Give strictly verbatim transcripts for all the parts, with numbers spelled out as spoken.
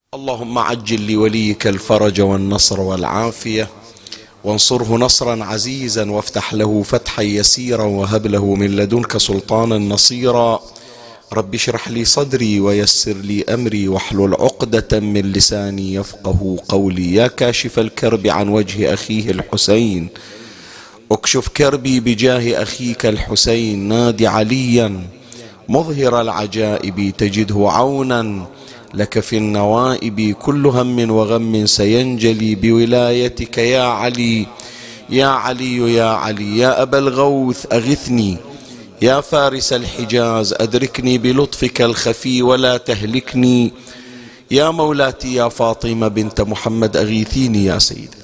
اللهم عجل لوليك الفرج والنصر والعافية، وانصره نصرا عزيزا، وافتح له فتحا يسيرا، وهب له من لدنك سلطانا نصيرا. رب اشرح لي صدري ويسر لي أمري واحلل عقدة من لساني يفقه قولي. يا كاشف الكرب عن وجه أخيه الحسين، اكشف كربي بجاه أخيك الحسين. نادي عليا مظهر العجائب تجده عونا لك في النوائب. كل هم وغم سينجلي بولايتك يا علي. يا علي يا علي يا أبا الغوث أغثني، يا فارس الحجاز أدركني بلطفك الخفي ولا تهلكني. يا مولاتي يا فاطمة بنت محمد أغيثيني يا سيدتي.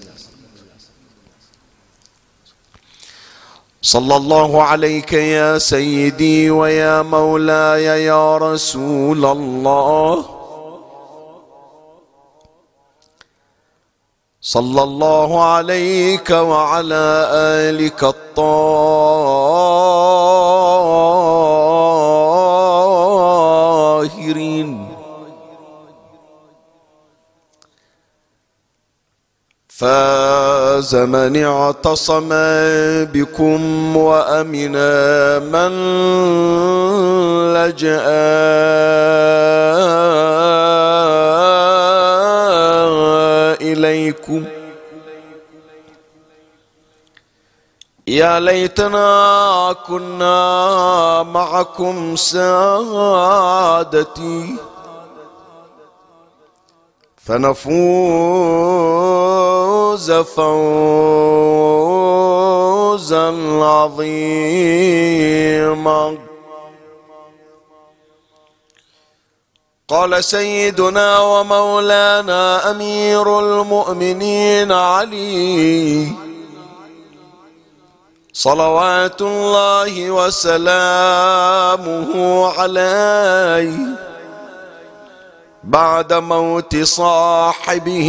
صلى الله عليك يا سيدي ويا مولاي يا رسول الله. صلى الله عليك وعلى آلك الطاهرين. فاز من اعتصم بكم وأمن من لجأ إليكم. يا ليتنا كنا معكم سادتي فنفوز فوزا عظيما. قال سيدنا ومولانا أمير المؤمنين علي صلوات الله وسلامه عليه بعد موت صاحبه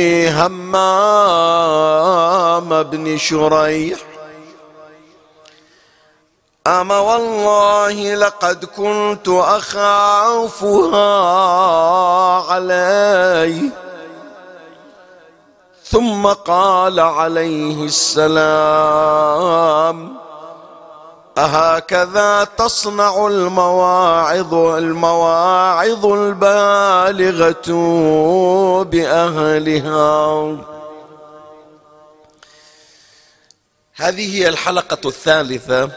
همام بن شريح: أما والله لقد كنت أخافها عليه. ثم قال عليه السلام: أهكذا تصنع المواعظ المواعظ البالغة بأهلها. هذه هي الحلقة الثالثة،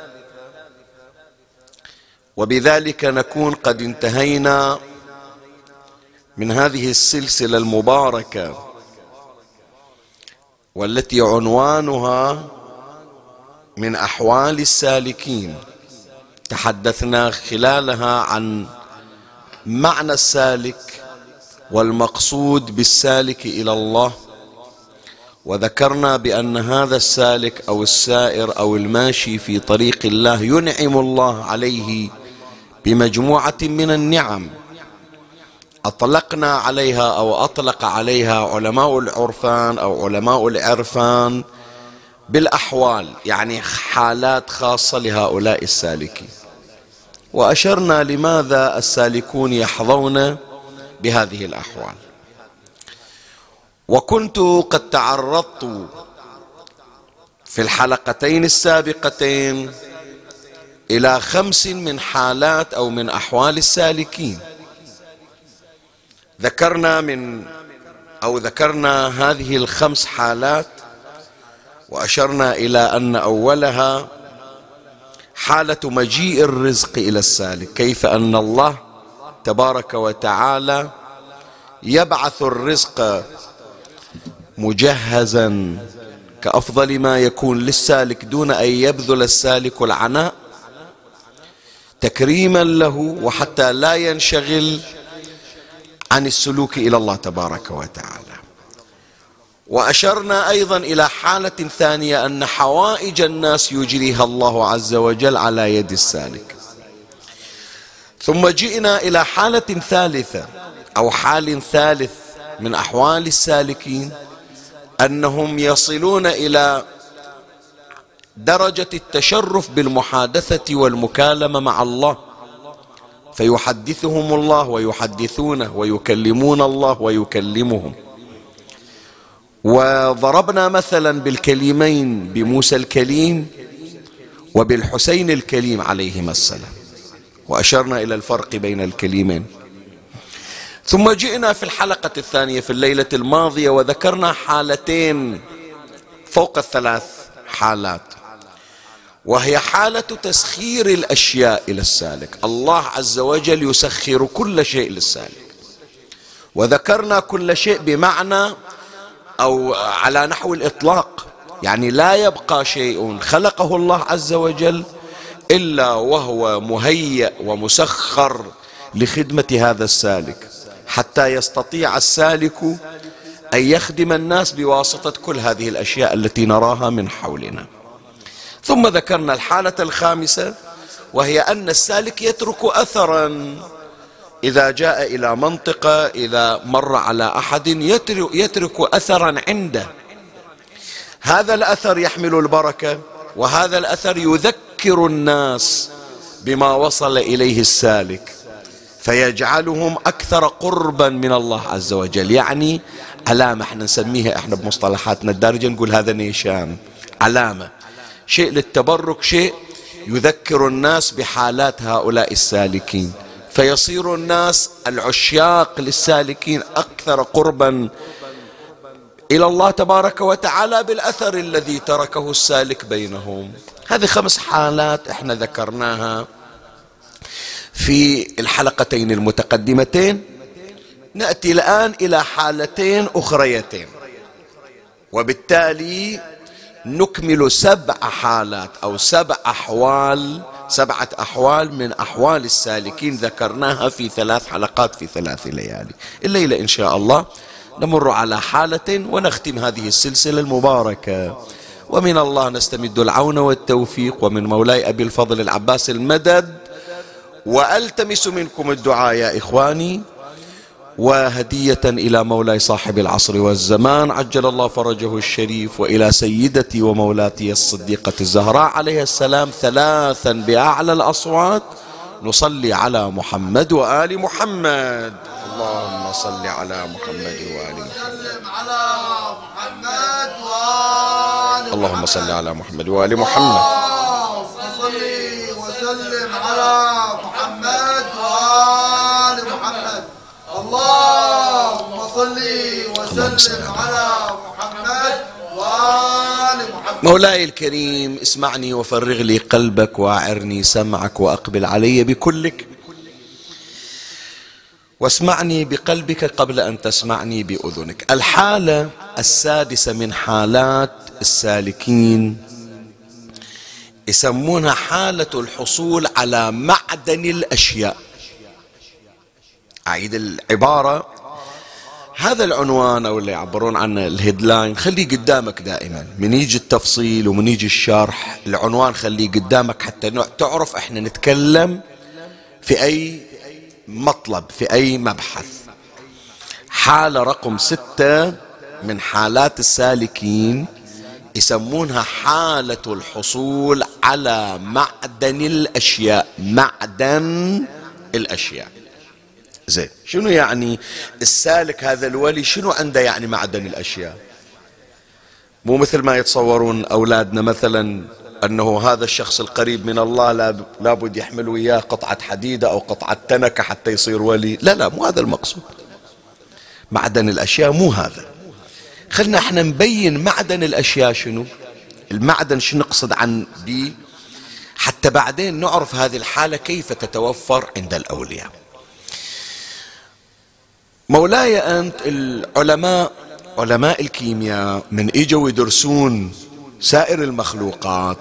وبذلك نكون قد انتهينا من هذه السلسلة المباركة، والتي عنوانها من أحوال السالكين. تحدثنا خلالها عن معنى السالك والمقصود بالسالك إلى الله، وذكرنا بأن هذا السالك أو السائر أو الماشي في طريق الله ينعم الله عليه بمجموعة من النعم أطلقنا عليها أو أطلق عليها علماء العرفان أو علماء العرفان بالأحوال، يعني حالات خاصة لهؤلاء السالكين. وأشرنا لماذا السالكون يحظون بهذه الأحوال. وكنت قد تعرضت في الحلقتين السابقتين إلى خمس من حالات أو من أحوال السالكين. ذكرنا من أو ذكرنا هذه الخمس حالات، وأشرنا إلى أن أولها حالة مجيء الرزق إلى السالك، كيف أن الله تبارك وتعالى يبعث الرزق مجهزا كأفضل ما يكون للسالك دون أن يبذل السالك العناء، تكريما له وحتى لا ينشغل عن السلوك إلى الله تبارك وتعالى. وأشرنا أيضا إلى حالة ثانية، أن حوائج الناس يجريها الله عز وجل على يد السالك. ثم جئنا إلى حالة ثالثة أو حال ثالث من أحوال السالكين، أنهم يصلون إلى درجة التشرف بالمحادثة والمكالمة مع الله، فيحدثهم الله ويحدثونه ويكلمون الله ويكلمهم. وضربنا مثلا بالكليمين بموسى الكليم وبالحسين الكليم عليهما السلام، وأشرنا إلى الفرق بين الكليمين. ثم جئنا في الحلقة الثانية في الليلة الماضية وذكرنا حالتين فوق الثلاث حالات، وهي حالة تسخير الأشياء إلى السالك. الله عز وجل يسخر كل شيء للسالك، وذكرنا كل شيء بمعنى أو على نحو الإطلاق، يعني لا يبقى شيء خلقه الله عز وجل إلا وهو مهيأ ومسخر لخدمة هذا السالك، حتى يستطيع السالك أن يخدم الناس بواسطة كل هذه الأشياء التي نراها من حولنا. ثم ذكرنا الحالة الخامسة، وهي أن السالك يترك أثرا إذا جاء إلى منطقة، إذا مر على أحد يترك أثرا عنده. هذا الأثر يحمل البركة، وهذا الأثر يذكر الناس بما وصل إليه السالك، فيجعلهم أكثر قربا من الله عز وجل. يعني علامة، احنا نسميها احنا بمصطلحاتنا الدارجة نقول هذا نيشان، علامة، شيء للتبرك، شيء يذكر الناس بحالات هؤلاء السالكين، فيصير الناس العشاق للسالكين أكثر قربا إلى الله تبارك وتعالى بالأثر الذي تركه السالك بينهم. هذه خمس حالات احنا ذكرناها في الحلقتين المتقدمتين. نأتي الآن إلى حالتين أخريتين، وبالتالي نكمل سبع حالات أو سبع أحوال، سبعة أحوال من أحوال السالكين ذكرناها في ثلاث حلقات في ثلاث ليالي. الليلة إن شاء الله نمر على حالة ونختم هذه السلسلة المباركة، ومن الله نستمد العون والتوفيق، ومن مولاي أبي الفضل العباس المدد، وألتمس منكم الدعاء يا إخواني، وهدية إلى مولاي صاحب العصر والزمان عجل الله فرجه الشريف، وإلى سيدتي ومولاتي الصديقة الزهراء عليها السلام، ثلاثا بأعلى الأصوات نصلي على محمد وآل محمد. اللهم صل على محمد وآل محمد. اللهم صل على محمد وآل محمد. صل وسلم على محمد وآل محمد. اللهم صل وسلم على محمد وآل محمد. مولاي الكريم اسمعني وفرغ لي قلبك واعرني سمعك وأقبل علي بكلك، واسمعني بقلبك قبل أن تسمعني بأذنك. الحالة السادسة من حالات السالكين يسمونها حالة الحصول على معدن الأشياء. أعيد العبارة، هذا العنوان أو اللي يعبرون عنه الهيدلاين خليه قدامك دائما، من يجي التفصيل ومن يجي الشرح العنوان خليه قدامك حتى تعرف احنا نتكلم في أي مطلب، في أي مبحث. حالة رقم ستة من حالات السالكين يسمونها حالة الحصول على معدن الأشياء. معدن الأشياء زين، شنو يعني السالك هذا الولي شنو عنده يعني معدن الأشياء؟ مو مثل ما يتصورون أولادنا مثلا أنه هذا الشخص القريب من الله لابد يحمل وياه قطعة حديدة أو قطعة تنكة حتى يصير ولي. لا لا، مو هذا المقصود. معدن الأشياء مو هذا. خلنا احنا نبين معدن الأشياء شنو، المعدن شنو نقصد عن بي، حتى بعدين نعرف هذه الحالة كيف تتوفر عند الأولياء. مولاي أنت العلماء، علماء الكيمياء من اجوا يدرسون سائر المخلوقات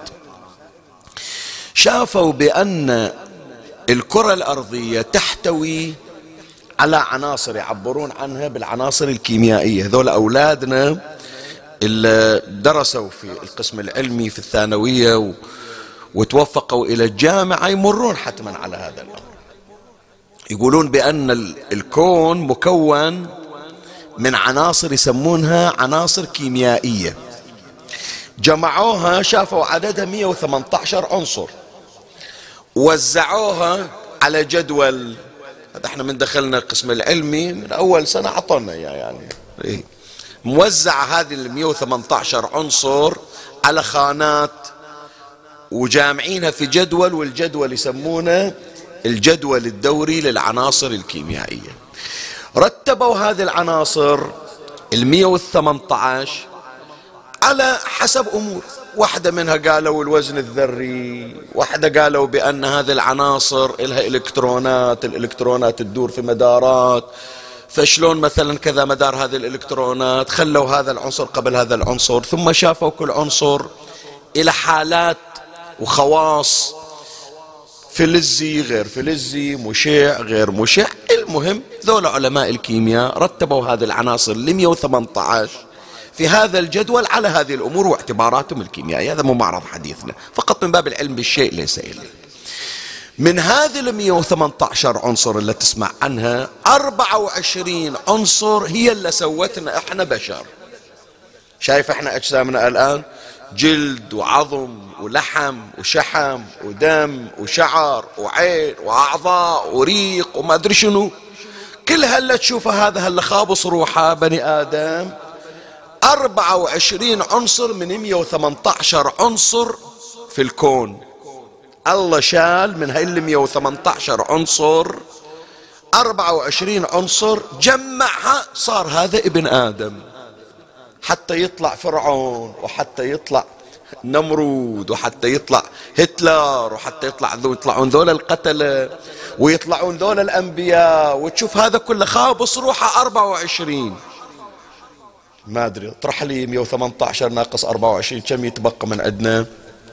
شافوا بأن الكرة الأرضية تحتوي على عناصر يعبرون عنها بالعناصر الكيميائية. هذول أولادنا اللي درسوا في القسم العلمي في الثانوية و... وتوفقوا إلى الجامعة يمرون حتما على هذا الأمر. يقولون بأن الكون مكون من عناصر يسمونها عناصر كيميائية، جمعوها شافوا عددها مئة وثمانية عشر عنصر، وزعوها على جدول. هذا احنا من دخلنا القسم العلمي من اول سنة عطونا اياه يعني إيه؟ موزعة هذه ال مئة وثمانية عشر عنصر على خانات وجامعينها في جدول، والجدول يسمونه الجدول الدوري للعناصر الكيميائية. رتبوا هذه العناصر ال مئة وثمانية عشر على حسب أمور. واحدة منها قالوا الوزن الذري، واحدة قالوا بأن هذه العناصر لها إلكترونات، الإلكترونات تدور في مدارات، فشلون مثلا كذا مدار هذه الإلكترونات، خلوا هذا العنصر قبل هذا العنصر، ثم شافوا كل عنصر إلى حالات وخواص، فلزي غير فلزي، مشع غير مشع. المهم ذول علماء الكيمياء رتبوا هذه العناصر ل مئة وثمانية عشر في هذا الجدول على هذه الأمور واعتباراتهم الكيميائية. هذا مو معرض حديثنا، فقط من باب العلم بالشيء ليس إلا. من هذه ال مئة وثمانية عشر عنصر اللي تسمع عنها، أربعة وعشرين عنصر هي اللي سوتنا احنا بشر. شايف احنا أجسامنا الآن جلد وعظم ولحم وشحم ودم وشعر وعين وأعضاء وريق وما أدري شنو، كل هلا تشوفه هذا هلا خابص روحه بني آدم. أربعة وعشرين عنصر من مئة وثمانية عشر عنصر في الكون، الله شال من هاي ال مئة وثمانية عشر عنصر أربعة وعشرين عنصر، جمعها صار هذا ابن آدم. حتى يطلع فرعون، وحتى يطلع نمرود، وحتى يطلع هتلر، وحتى يطلع ذو يطلعون ذول القتلة، ويطلعون ذول الأنبياء، وتشوف هذا كله خابص روحه أربعة وعشرين. ما أدري، اطرح لي مئة وثمانية عشر ناقص أربعة وعشرين كم يتبقى من عندنا؟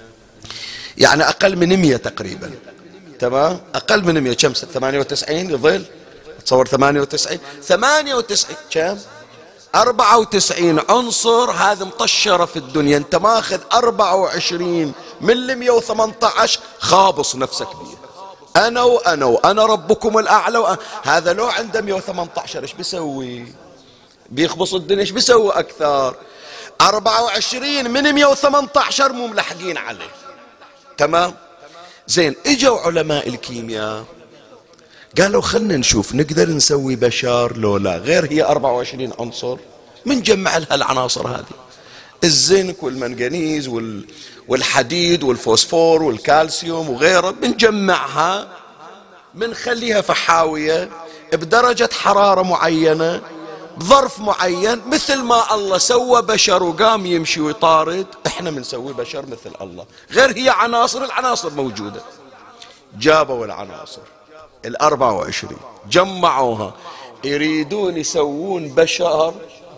يعني أقل من مئة تقريبا. تمام، أقل من مئة. كم؟ ثمانية وتسعين يظل، تصور ثمانية وتسعين ثمانية وتسعين كم؟ أربعة وتسعين عنصر. هذه مطشرة في الدنيا، أنت ماخذ أربعة وعشرين من مئة وثمانية عشر خابص نفسك بيه. أنا وأنا وأنا ربكم الأعلى وأنا. هذا لو عنده مئة وثمانية عشر إيش بيسوي؟ بيخبص الدنيا. إيش بيسوي أكثر؟ أربعة وعشرين من مئة وثمانية عشر مو ملحقين عليه. تمام، زين. اجوا علماء الكيمياء قالوا خلنا نشوف نقدر نسوي بشر لو لا، غير هي أربعة وعشرين عنصر من جمع لها العناصر هذه، الزنك والمنغنيز والحديد والفوسفور والكالسيوم وغيره، بنجمعها بنخليها فحاوية بدرجة حرارة معينة بظرف معين، مثل ما الله سوى بشر وقام يمشي ويطارد، احنا بنسوي بشر مثل الله، غير هي عناصر. العناصر موجودة. جابوا العناصر الأربعة وعشرين جمعوها، يريدون يسوون بشر،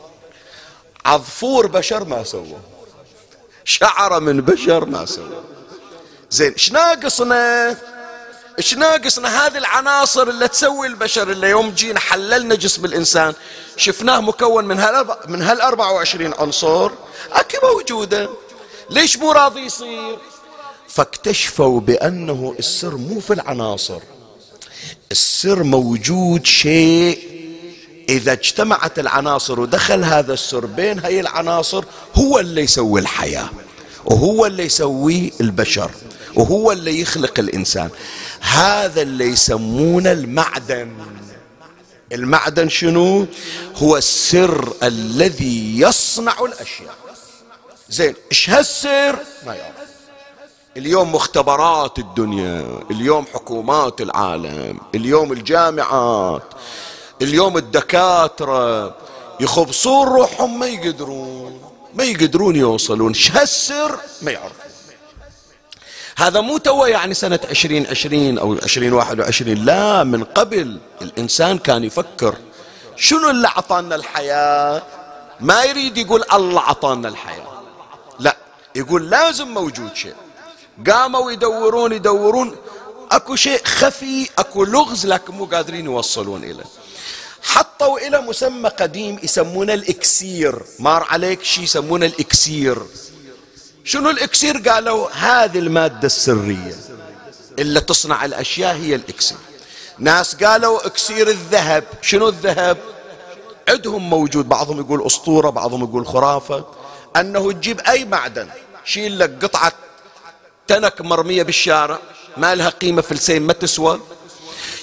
عصفور بشر ما سووا، شعرة من بشر ما سووا. زين، ايش ناقصنا؟ ايش ناقصنا؟ هذه العناصر اللي تسوي البشر، اللي يوم جينا حللنا جسم الإنسان شفناه مكون من هال من هال أربعة وعشرين عنصر، أكي موجودة، ليش مو راضي يصير؟ فاكتشفوا بأنه السر مو في العناصر، السر موجود شيء إذا اجتمعت العناصر ودخل هذا السر بين هاي العناصر، هو اللي يسوي الحياة، وهو اللي يسوي البشر، وهو اللي يخلق الإنسان. هذا اللي يسمونه المعدن. المعدن شنو؟ هو السر الذي يصنع الأشياء. زين، إيش هالسر؟ ما يعرف. اليوم مختبرات الدنيا، اليوم حكومات العالم، اليوم الجامعات، اليوم الدكاترة يخبصون روحهم، ما يقدرون ما يقدرون يوصلون. إيش هالسر؟ ما يعرف. هذا مو تو يعني سنة عشرين عشرين أو عشرين واحد وعشرين، لا، من قبل الإنسان كان يفكر شنو اللي عطانا الحياة. ما يريد يقول الله عطانا الحياة، لا، يقول لازم موجود شيء. قاموا يدورون يدورون، اكو شيء خفي، اكو لغز، لكن مو قادرين يوصلون إليه. حطوا إلى مسمى قديم يسمونه الإكسير. مار عليك شيء يسمونه الإكسير؟ شنو الإكسير؟ قالوا هذه المادة السرية اللي تصنع الأشياء هي الإكسير. ناس قالوا إكسير الذهب. شنو الذهب؟ عندهم موجود، بعضهم يقول أسطورة، بعضهم يقول خرافة، أنه تجيب أي معدن، شيل لك قطعة تنك مرمية بالشارع ما لها قيمة فلسين ما تسوى،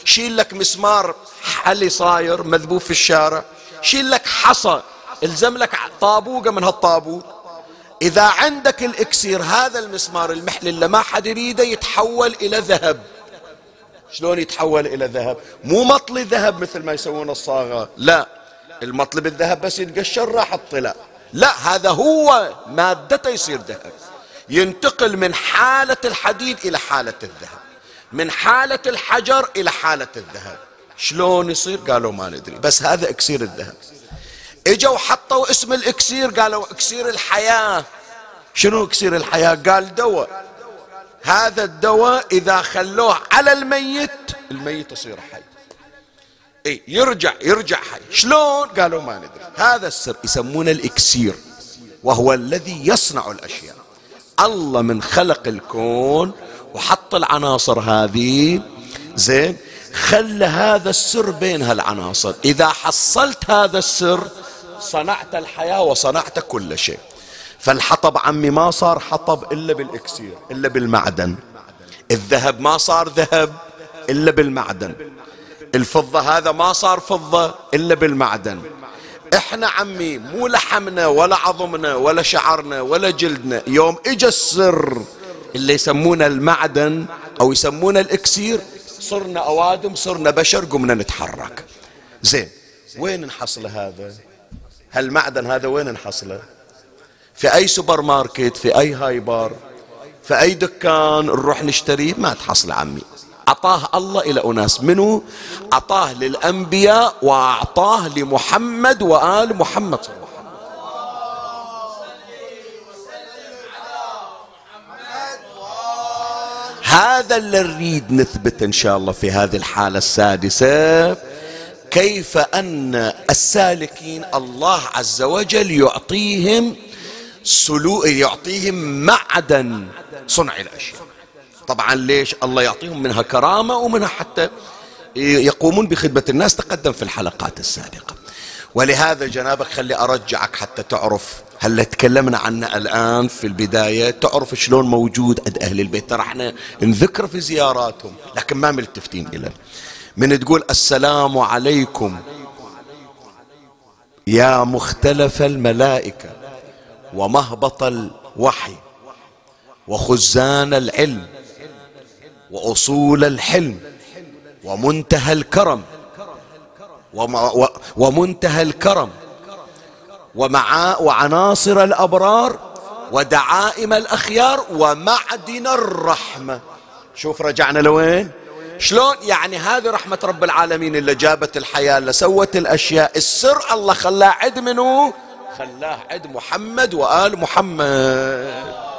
شيل لك مسمار حلي صاير مذبوب في الشارع، شيل لك حصى، الزم لك طابوقة من هالطابوق. إذا عندك الإكسير هذا المسمار المحلي اللي ما حد يريده يتحول إلى ذهب. شلون يتحول إلى ذهب؟ مو مطلي ذهب مثل ما يسوون الصاغة، لا، المطلي بالذهب بس يتقشر راح الطلاء، لا، هذا هو مادته يصير ذهب، ينتقل من حالة الحديد إلى حالة الذهب، من حالة الحجر إلى حالة الذهب. شلون يصير؟ قالوا ما ندري، بس هذا إكسير الذهب. اجوا حطوا اسم الإكسير قالوا إكسير الحياة. شنو إكسير الحياة؟ قال دواء، هذا الدواء إذا خلوه على الميت الميت يصير حي، اي يرجع يرجع حي. شلون؟ قالوا ما ندري. هذا السر يسمونه الإكسير، وهو الذي يصنع الأشياء. الله من خلق الكون وحط العناصر هذه، زين، خلى هذا السر بين هالعناصر. إذا حصلت هذا السر صنعت الحياة وصنعت كل شيء. فالحطب عمي ما صار حطب إلا بالإكسير، إلا بالمعدن. الذهب ما صار ذهب إلا بالمعدن. الفضة هذا ما صار فضة إلا بالمعدن. احنا عمي مو لحمنا ولا عظمنا ولا شعرنا ولا جلدنا، يوم اجى السر اللي يسمونه المعدن او يسمونه الإكسير صرنا أوادم، صرنا بشر، قمنا نتحرك. زين، وين نحصله هذا؟ هالمعدن هذا وين نحصله؟ في أي سوبر ماركت، في أي هايبر، في أي دكان نروح نشتريه؟ ما تحصل عمي. أعطاه الله إلى أناس. منو؟ أعطاه للأنبياء وأعطاه لمحمد وآل محمد صلى الله عليه وسلم. هذا اللي نريد نثبت إن شاء الله في هذه الحالة السادسة، كيف أن السالكين الله عز وجل يعطيهم سلوك، يعطيهم معدن صنع الأشياء. طبعا ليش الله يعطيهم منها كرامة ومنها حتى يقومون بخدمة الناس، تقدم في الحلقات السابقة. ولهذا جنابك خلي أرجعك حتى تعرف، هل تكلمنا عنه الآن في البداية، تعرف شلون موجود عند أهل البيت. ترى احنا نذكر في زياراتهم لكن ما ملتفتين إليه. من تقول السلام عليكم يا مختلف الملائكة ومهبط الوحي وخزان العلم وأصول الحلم ومنتهى الكرم ومنتهى الكرم ومع وعناصر الأبرار ودعائم الأخيار ومعدن الرحمة. شوف رجعنا لوين؟ شلون؟ يعني هذه رحمة رب العالمين اللي جابت الحياة، اللي سوت الأشياء. السر الله خلاه عد منه، خلاه عد محمد وآل محمد.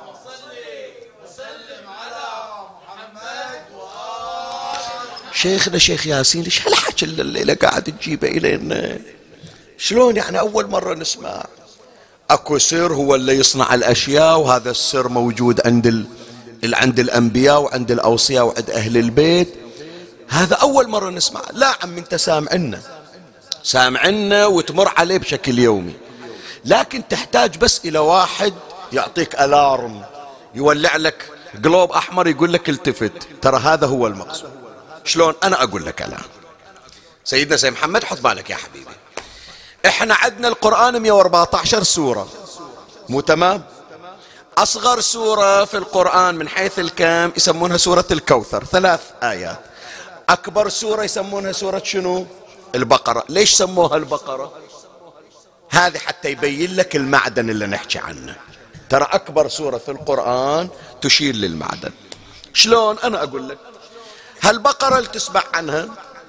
شيخنا شيخ ياسين ليش هالحكي الليلة قاعد تجيبه إلينا؟ شلون يعني أول مرة نسمع؟ أكو سر هو اللي يصنع الأشياء، وهذا السر موجود عند ال... عند الأنبياء وعند الأوصياء وعند أهل البيت. هذا أول مرة نسمع. لا عم أنت سامعنا سامعنا وتمر عليه بشكل يومي، لكن تحتاج بس إلى واحد يعطيك ألارم، يولع لك قلوب أحمر، يقول لك التفت، ترى هذا هو المقصود. شلون؟ أنا أقول لك الآن. سيدنا سيد محمد حط بالك يا حبيبي، إحنا عندنا القرآن مئة وأربعة عشر سورة، مو تمام؟ أصغر سورة في القرآن من حيث الكم يسمونها سورة الكوثر، ثلاث آيات. أكبر سورة يسمونها سورة شنو؟ البقرة. ليش سموها البقرة؟ هذه حتى يبين لك المعدن اللي نحكي عنه. ترى أكبر سورة في القرآن تشير للمعدن. شلون؟ أنا أقول لك. هالبقرة اللي تسمع عنها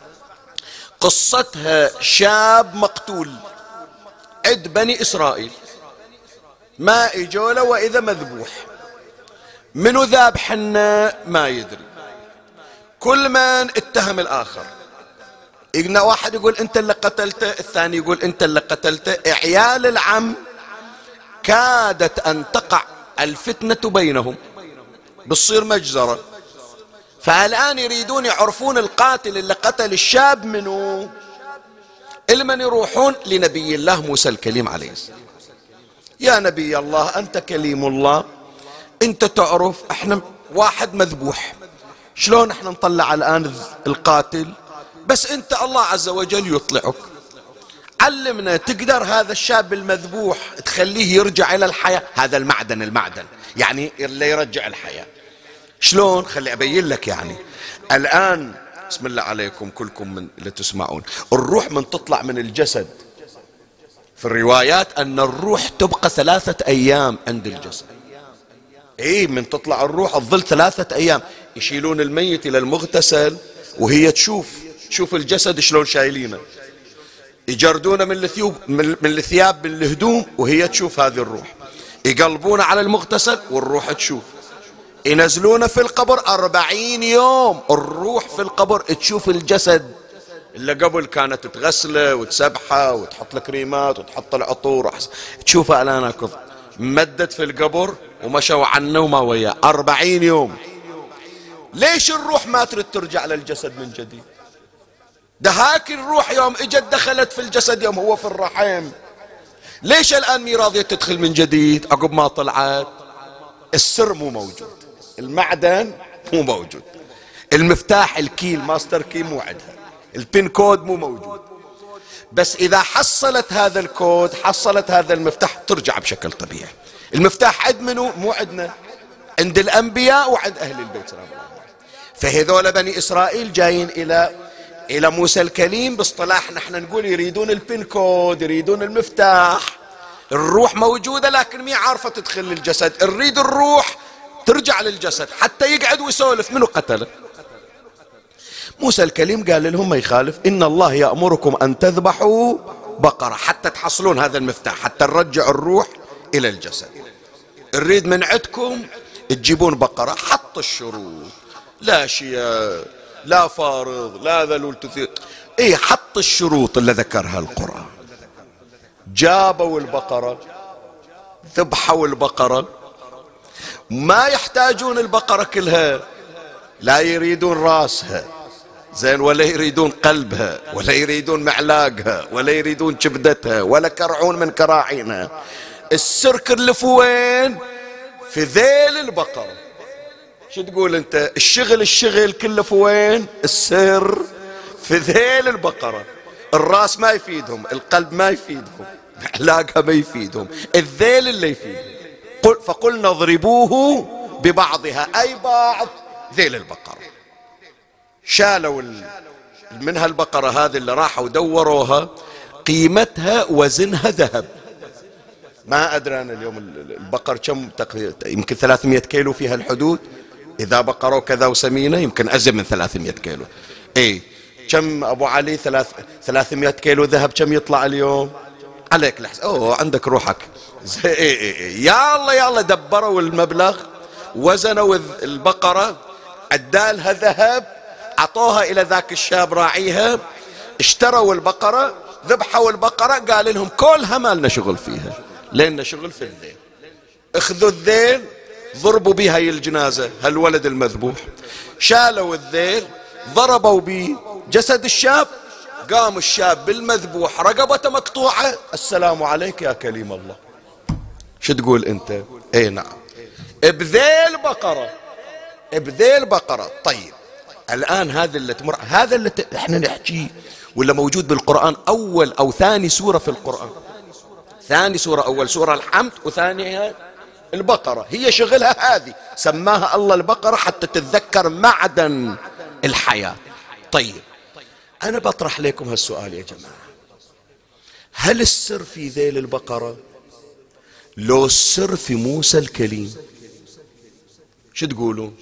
قصتها شاب مقتول عند بني إسرائيل، ما اجوا له وإذا مذبوح. منو ذابحنا ما يدري، كل من اتهم الآخر. إجنا واحد يقول أنت اللي قتلته، الثاني يقول أنت اللي قتلته. عيال العم كادت أن تقع الفتنة بينهم، بتصير مجزرة. فالآن يريدون يعرفون القاتل اللي قتل الشاب منو. المن يروحون لنبي الله موسى الكليم عليه السلام. يا نبي الله أنت كليم الله، أنت تعرف احنا واحد مذبوح شلون احنا نطلع الآن القاتل؟ بس انت الله عز وجل يطلعك. علمنا تقدر هذا الشاب المذبوح تخليه يرجع إلى الحياة. هذا المعدن، المعدن يعني اللي يرجع الحياة. شلون؟ خلي أبين لك. يعني الآن بسم الله عليكم كلكم من اللي تسمعون، الروح من تطلع من الجسد في الروايات أن الروح تبقى ثلاثة أيام عند الجسد. إيه، من تطلع الروح تظل ثلاثة أيام. يشيلون الميت إلى المغتسل وهي تشوف تشوف الجسد شلون شايلينه، يجردونه من الثياب من الثياب من الهدوم وهي تشوف هذه الروح، يقلبونه على المغتسل والروح تشوف، ينزلونه في القبر أربعين يوم الروح في القبر تشوف الجسد اللي قبل كانت تغسله وتسبحه وتحط له كريمات وتحط له عطور، تشوفه الآن اكو مدد في القبر ومشوا عنه وما وياه أربعين يوم. ليش الروح ما تريد ترجع للجسد من جديد؟ ده هاك الروح يوم اجت دخلت في الجسد يوم هو في الرحم، ليش الآن مي راضية تدخل من جديد عقب ما طلعت؟ السر مو موجود، المعدن مو موجود، المفتاح الكي الماستر كي مو عندها، البين كود مو موجود. بس إذا حصلت هذا الكود، حصلت هذا المفتاح، ترجع بشكل طبيعي. المفتاح عند منو؟ مو عندنا، عند الأنبياء وعند أهل البيت سلام الله عليهم. فهذول بني إسرائيل جايين إلى إلى موسى الكليم، باصطلاح نحن نقول يريدون البين كود، يريدون المفتاح. الروح موجودة لكن مي عارفة تدخل للجسد، نريد الروح ترجع للجسد حتى يقعد ويسولف. منو قتله؟ موسى الكليم قال لهم ما يخالف، إن الله يأمركم أن تذبحوا بقرة حتى تحصلون هذا المفتاح، حتى نرجع الروح إلى الجسد. نريد من عندكم تجيبون بقرة. حط الشروط، لا شيء، لا فارض، لا ذلول تثير، ايه حط الشروط اللي ذكرها القرآن. جابوا البقرة، ذبحوا البقرة، ما يحتاجون البقرة كلها، لا يريدون راسها زين، ولا يريدون قلبها، ولا يريدون معلاقها، ولا يريدون كبدتها، ولا كرعون من كراعينها. السر كله في وين؟ في ذيل البقرة. شو تقول انت؟ الشغل الشغل كله في وين؟ السر في ذيل البقرة. الراس ما يفيدهم، القلب ما يفيدهم، معلاقها ما يفيدهم، الذيل اللي يفيدهم. قل فقلنا اضربوه ببعضها، أي بعض ذيل البقرة. شالوا منها البقرة هذه اللي راحوا ودوروها، قيمتها وزنها ذهب. ما أدري أنا اليوم البقر كم تقريبا، يمكن ثلاثمئة كيلو فيها الحدود، إذا بقرة كذا وسمينة يمكن أزيد من ثلاثمئة كيلو. إيه كم أبو علي؟ ثلاث ثلاثمئة كيلو ذهب كم يطلع اليوم؟ عليك الحساب. أوه عندك روحك. إيه إيه إيه. يا الله يا الله، دبروا المبلغ، وزنوا البقرة، عدالها ذهب، عطوها إلى ذاك الشاب راعيها، اشتروا البقرة، ذبحوا البقرة، قال لهم كلها ما لنا شغل فيها، لنا شغل في الذيل. اخذوا الذيل ضربوا بها الجنازة، هالولد المذبوح، شالوا الذيل ضربوا به جسد الشاب، قام الشاب بالمذبوح رقبته مقطوعة، السلام عليك يا كليم الله. شو تقول انت؟ اي نعم، بذيل بقرة، بذيل بقرة. طيب الآن هذا اللي تمر، هذا اللي ت... احنا نحكيه ولا موجود بالقرآن، أول أو ثاني سورة في القرآن، ثاني سورة، أول سورة الحمد وثانيها البقرة، هي شغلها هذه، سماها الله البقرة حتى تتذكر معدن الحياة. طيب أنا بطرح لكم هالسؤال يا جماعة، هل السر في ذيل البقرة لو السر في موسى الكليم؟ شو تقولون؟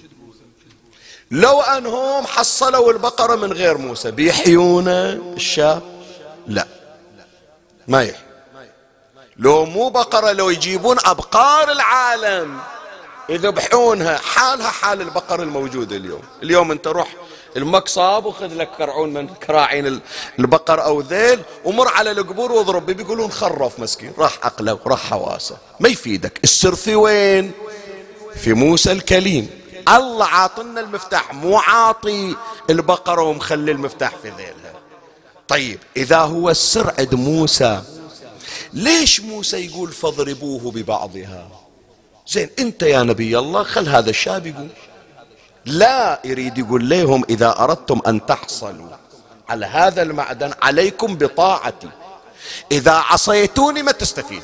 لو أنهم حصلوا البقرة من غير موسى بيحيونه الشاب؟ لا ما يحيي. لو مو بقرة، لو يجيبون أبقار العالم يذبحونها، حالها حال البقر الموجودة اليوم. اليوم انت روح المقصاب وخذ لك كرعون من كراعين البقر أو ذيل ومر على القبور واضرب، بيقولون خرف مسكين، راح عقله وراح حواسه، ما يفيدك. السر في وين؟ في موسى الكليم. الله عاطلنا المفتاح، مو عاطي البقرة ومخلي المفتاح في ذيلها. طيب إذا هو السر عند موسى، ليش موسى يقول فاضربوه ببعضها؟ زين انت يا نبي الله خل هذا الشاب يقول، لا، يريد يقول لهم إذا أردتم أن تحصلوا على هذا المعدن عليكم بطاعتي، إذا عصيتوني ما تستفيد.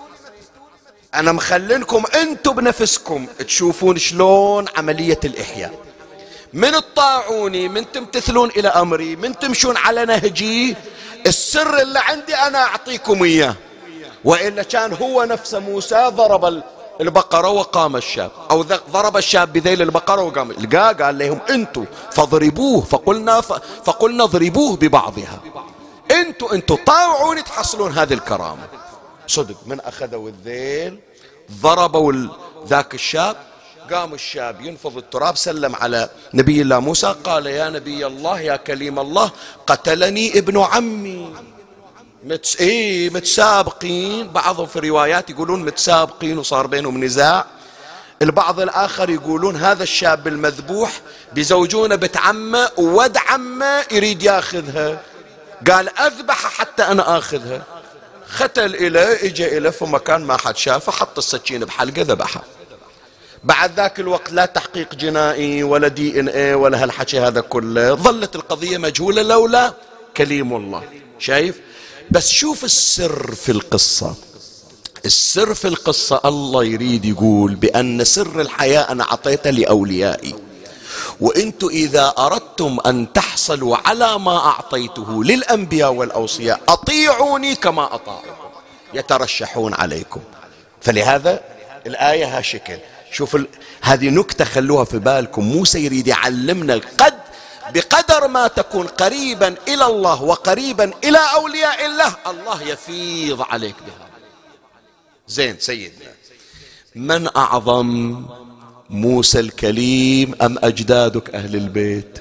أنا مخلنكم أنتم بنفسكم تشوفون شلون عملية الإحياء، من تطاعوني، من تمتثلون إلى أمري، من تمشون على نهجي، السر اللي عندي أنا أعطيكم إياه. وإلا كان هو نفسه موسى ضرب البقرة وقام الشاب، أو ضرب الشاب بذيل البقرة وقام القاه، قال لهم أنتوا فاضربوه، فقلنا فقلنا اضربوه ببعضها، أنتوا أنتوا طاوعوني تحصلون هذه الكرامة. صدق من أخذوا الذيل ضربوا ذاك الشاب، قام الشاب ينفض التراب، سلم على نبي الله موسى، قال يا نبي الله يا كليم الله قتلني ابن عمي. متس... إيه متسابقين، بعضهم في روايات يقولون متسابقين وصار بينهم نزاع، البعض الآخر يقولون هذا الشاب المذبوح بزوجونه بنت عمه وود عمه يريد ياخذها، قال أذبح حتى أنا آخذها، ختل إليه، إجا إليه في مكان ما حد شافه، حط السكين بحلقه ذبحها. بعد ذاك الوقت لا تحقيق جنائي ولا دي ان ايه ولا هالحكي هذا كله، ظلت القضية مجهولة لولا كليم الله. شايف؟ بس شوف السر في القصة، السر في القصة الله يريد يقول بأن سر الحياة أنا أعطيته لأوليائي، وإنتوا إذا أردتم أن تحصلوا على ما أعطيته للأنبياء والأوصياء أطيعوني كما أطاعكم يترشحون عليكم. فلهذا الآية هالشكل. شوف ال... هذه نكتة خلوها في بالكم. موسى يريد يعلمنا قد بقدر ما تكون قريبا إلى الله وقريبا إلى أولياء الله، الله يفيض عليك بها. زين سيدنا، من أعظم، موسى الكليم أم أجدادك أهل البيت؟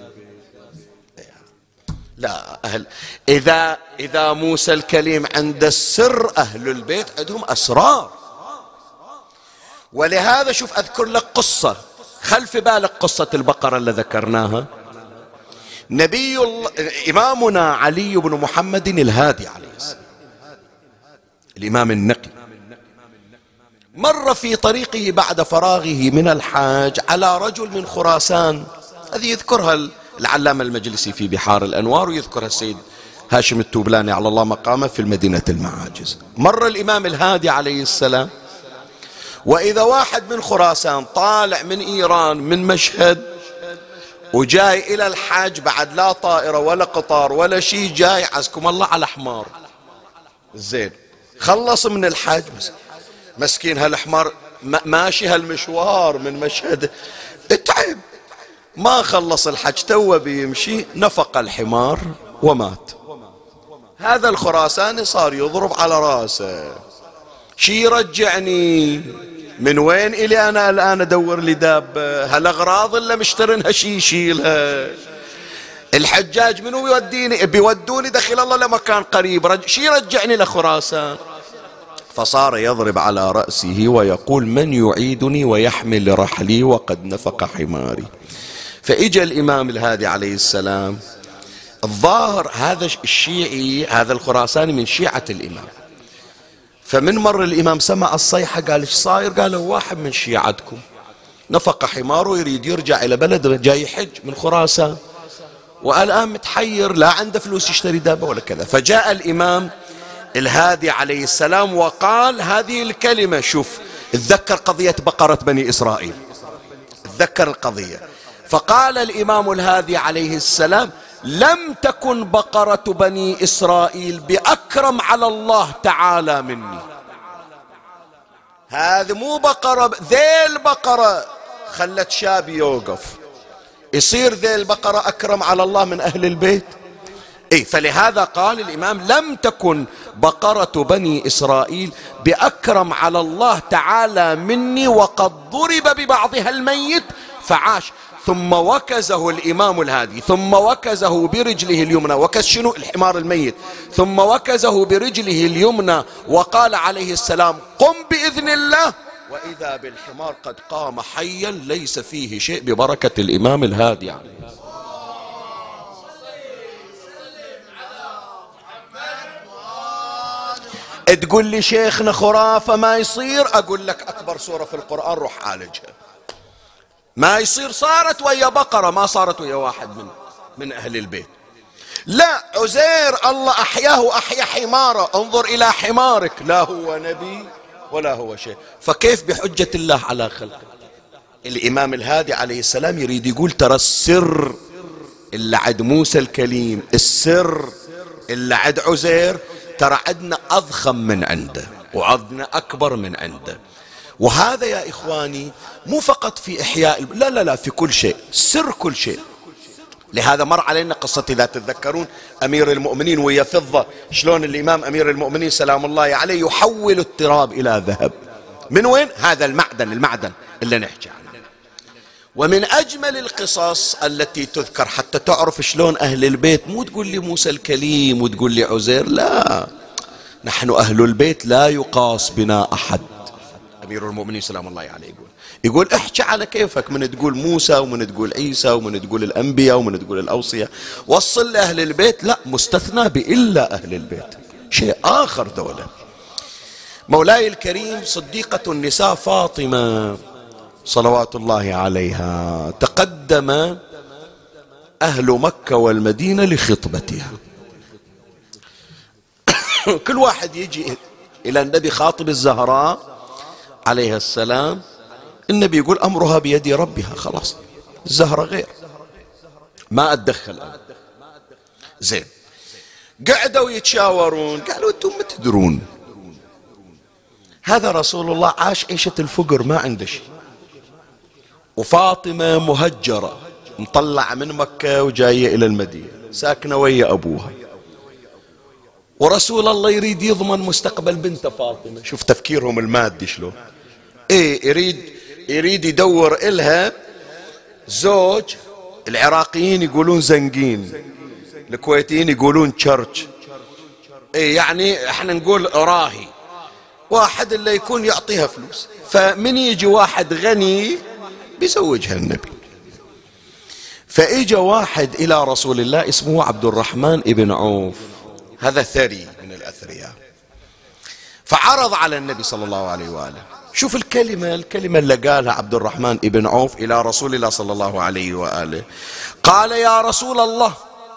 لا، أهل إذا إذا موسى الكليم عند السر، أهل البيت عندهم أسرار. ولهذا شوف أذكر لك قصة، خل في بالك قصة البقرة اللي ذكرناها. نبي الله إمامنا علي بن محمد الهادي عليه السلام، الإمام النقي، مر في طريقه بعد فراغه من الحاج على رجل من خراسان، هذه يذكرها العلامة المجلسي في بحار الأنوار، ويذكرها السيد هاشم التوبلاني على الله مقامه في المدينة المعاجز. مر الإمام الهادي عليه السلام، وإذا واحد من خراسان طالع من إيران من مشهد وجاي إلى الحاج، بعد لا طائرة ولا قطار ولا شيء، جاي عزكم الله على حمار. زين، خلص من الحاج، مسكين هالحمار ماشي هالمشوار من مشهد، اتعب، ما خلص الحج توه بيمشي، نفق الحمار ومات. هذا الخراساني صار يضرب على راسه، شي يرجعني من وين إلي أنا الآن أدور لي دابة، هالأغراض اللي مشترنها شي يشيلها، الحجاج منو يوديني، بيودوني دخل الله لمكان قريب، رج... شي يرجعني لخراسان. فصار يضرب على رأسه ويقول من يعيدني ويحمل رحلي وقد نفق حماري. فإجا الإمام الهادي عليه السلام، الظاهر هذا الشيعي، هذا الخراساني من شيعة الإمام، فمن مر الإمام سمع الصيحة قال ايش صاير؟ قالوا واحد من شيعتكم نفق حماره يريد يرجع إلى بلده، جاي يحج من خراسان والآن متحير، لا عنده فلوس يشتري دابة ولا كذا. فجاء الإمام الهادي عليه السلام وقال هذه الكلمة. شوف، اتذكر قضية بقرة بني إسرائيل، اتذكر القضية. فقال الإمام الهادي عليه السلام لم تكن بقرة بني إسرائيل بأكرم على الله تعالى مني. هذه مو بقرة، ذي البقرة خلت شاب يوقف، يصير ذي البقرة أكرم على الله من أهل البيت. إيه، فلهذا قال الإمام لم تكن بقرة بني إسرائيل بأكرم على الله تعالى مني وقد ضرب ببعضها الميت فعاش. ثم وكزه الإمام الهادي، ثم وكزه برجله اليمنى، وكز شنو؟ الحمار الميت. ثم وكزه برجله اليمنى وقال عليه السلام قم بإذن الله، وإذا بالحمار قد قام حيا ليس فيه شيء ببركة الإمام الهادي عليه السلام. تقول لي شيخنا خرافة ما يصير، أقول لك أكبر سورة في القرآن روح عالجها. ما يصير صارت ويا بقرة، ما صارت ويا واحد من من أهل البيت. لا، عزير الله أحياه وأحيا حماره، انظر إلى حمارك، لا هو نبي ولا هو شيء، فكيف بحجة الله على خلقه؟ الإمام الهادي عليه السلام يريد يقول ترى السر اللي عند موسى الكليم، السر اللي عند عزير، ترى عندنا أضخم من عنده وعندنا أكبر من عنده. وهذا يا إخواني مو فقط في إحياء، لا لا لا، في كل شيء، سر كل شيء. لهذا مر علينا قصة إذا تتذكرون أمير المؤمنين ويا فضة، شلون الإمام أمير المؤمنين سلام الله عليه يحول التراب إلى ذهب. من وين؟ هذا المعدن، المعدن اللي نحكي عنه. ومن أجمل القصص التي تذكر حتى تعرف شلون أهل البيت، مو تقول لي موسى الكليم وتقول لي عزير، لا، نحن أهل البيت لا يقاس بنا أحد. أمير المؤمنين سلام الله عليه يقول يقول احكي على كيفك، من تقول موسى ومن تقول عيسى ومن تقول الأنبياء ومن تقول الأوصياء، وصل لأهل البيت لا، مستثنى بإلا أهل البيت، شيء آخر دولة. مولاي الكريم صديقة النساء فاطمة صلوات الله عليها تقدم أهل مكة والمدينة لخطبتها. كل واحد يجي إلى النبي خاطب الزهراء عليها السلام، النبي يقول أمرها بيد ربها، خلاص الزهرة غير، ما أتدخل أنا. زين، قعدوا يتشاورون، قالوا أنتم ما تدرون هذا رسول الله عاش عيشة الفقر، ما عنده شيء، وفاطمة مهجرة مطلعة من مكة وجاية إلى المدينة ساكنة ويا أبوها، ورسول الله يريد يضمن مستقبل بنته فاطمة. شوف تفكيرهم المادي شلون، ايه يريد يريد يدور إلها زوج. العراقيين يقولون زنقين، الكويتيين يقولون تشرش، ايه يعني احنا نقول راهي، واحد اللي يكون يعطيها فلوس. فمن يجي واحد غني بيزوجها النبي. فإجا واحد إلى رسول الله اسمه عبد الرحمن ابن عوف، هذا ثري من الأثرياء، فعرض على النبي صلى الله عليه وآله. شوف الكلمة الكلمة اللي قالها عبد الرحمن ابن عوف إلى رسول الله صلى الله عليه وآله. قال يا رسول الله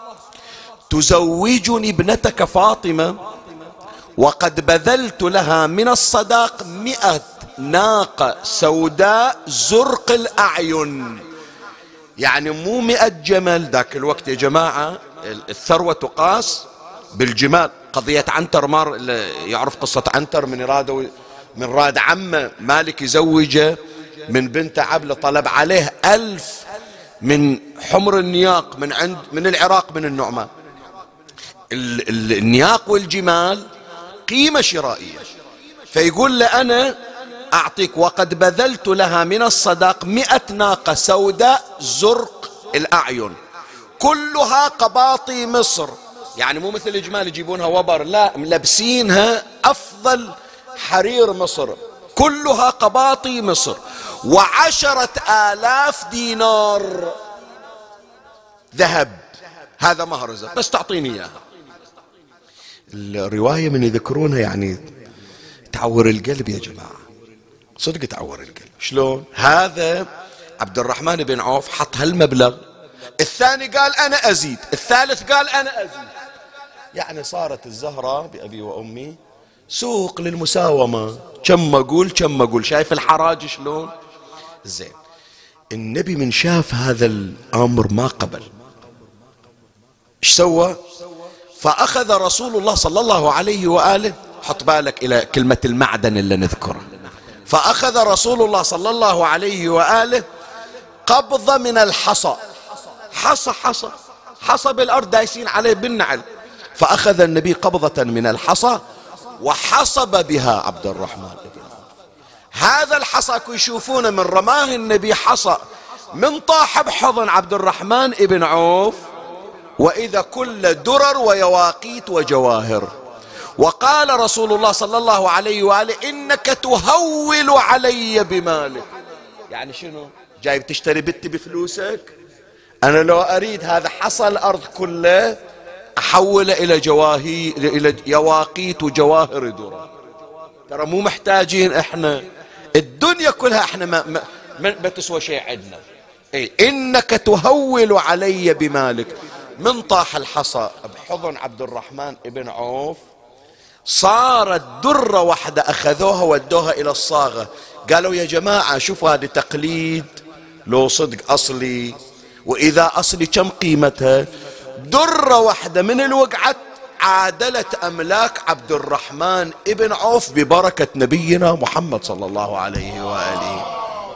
تزوجني ابنتك فاطمة وقد بذلت لها من الصداق مئة ناقة سوداء زرق الأعين، يعني مو مئة جمل، ذاك الوقت يا جماعة الثروة تقاس بالجمال. قضية عنتر، مار يعرف قصة عنتر من رادوا من راد عمه مالك يزوجه من بنت عبلة، طلب عليه ألف من حمر النياق من عند من العراق من النعمان. النياق والجمال قيمة شرائية، فيقول له أنا أعطيك وقد بذلت لها من الصداق مئة ناقة سوداء زرق الأعين كلها قباطي مصر، يعني مو مثل الجمال يجيبونها وبر، لا، ملبسينها أفضل حرير مصر، كلها قباطي مصر، وعشرة آلاف دينار ذهب، هذا مهر زاد، بس تعطيني إياها. الرواية من يذكرونها يعني تعور القلب يا جماعة، صدق تعور القلب. شلون؟ هذا عبد الرحمن بن عوف حط هالمبلغ، الثاني قال أنا أزيد، الثالث قال أنا أزيد، يعني صارت الزهرة بأبي وأمي سوق للمساومة، كم أقول كم أقول. شايف الحراج شلون؟ زين، النبي من شاف هذا الأمر ما قبل، ايش سوى؟ فأخذ رسول الله صلى الله عليه وآله، حط بالك إلى كلمة المعدن اللي نذكره، فأخذ رسول الله صلى الله عليه وآله قبضة من الحصى، حصى حصى حصى بالأرض دايسين عليه بالنعل، فأخذ النبي قبضة من الحصى وحصب بها عبد الرحمن بن عوف. هذا الحصى يشوفونه من رماه النبي حصى من طاح بحضن عبد الرحمن بن عوف، وإذا كل درر ويواقيت وجواهر. وقال رسول الله صلى الله عليه وآله إنك تهول علي بمالك، يعني شنو؟ جايب تشتري بنتي بفلوسك؟ أنا لو أريد هذا حصى الأرض كله أحوله إلى جواهي إلى يواقيت وجواهر درر. ترى مو محتاجين إحنا الدنيا كلها، إحنا ما, ما, ما تسوى شيء عندنا. إيه إنك تهول علي بمالك. من طاح الحصى بحضن عبد الرحمن ابن عوف صارت درة واحدة أخذوها ودوها إلى الصاغة. قالوا يا جماعة شوفوا هذه تقليد لو صدق أصلي، وإذا أصلي كم قيمتها؟ درة واحدة من الوقعة عادلت أملاك عبد الرحمن ابن عوف ببركة نبينا محمد صلى الله عليه وآله.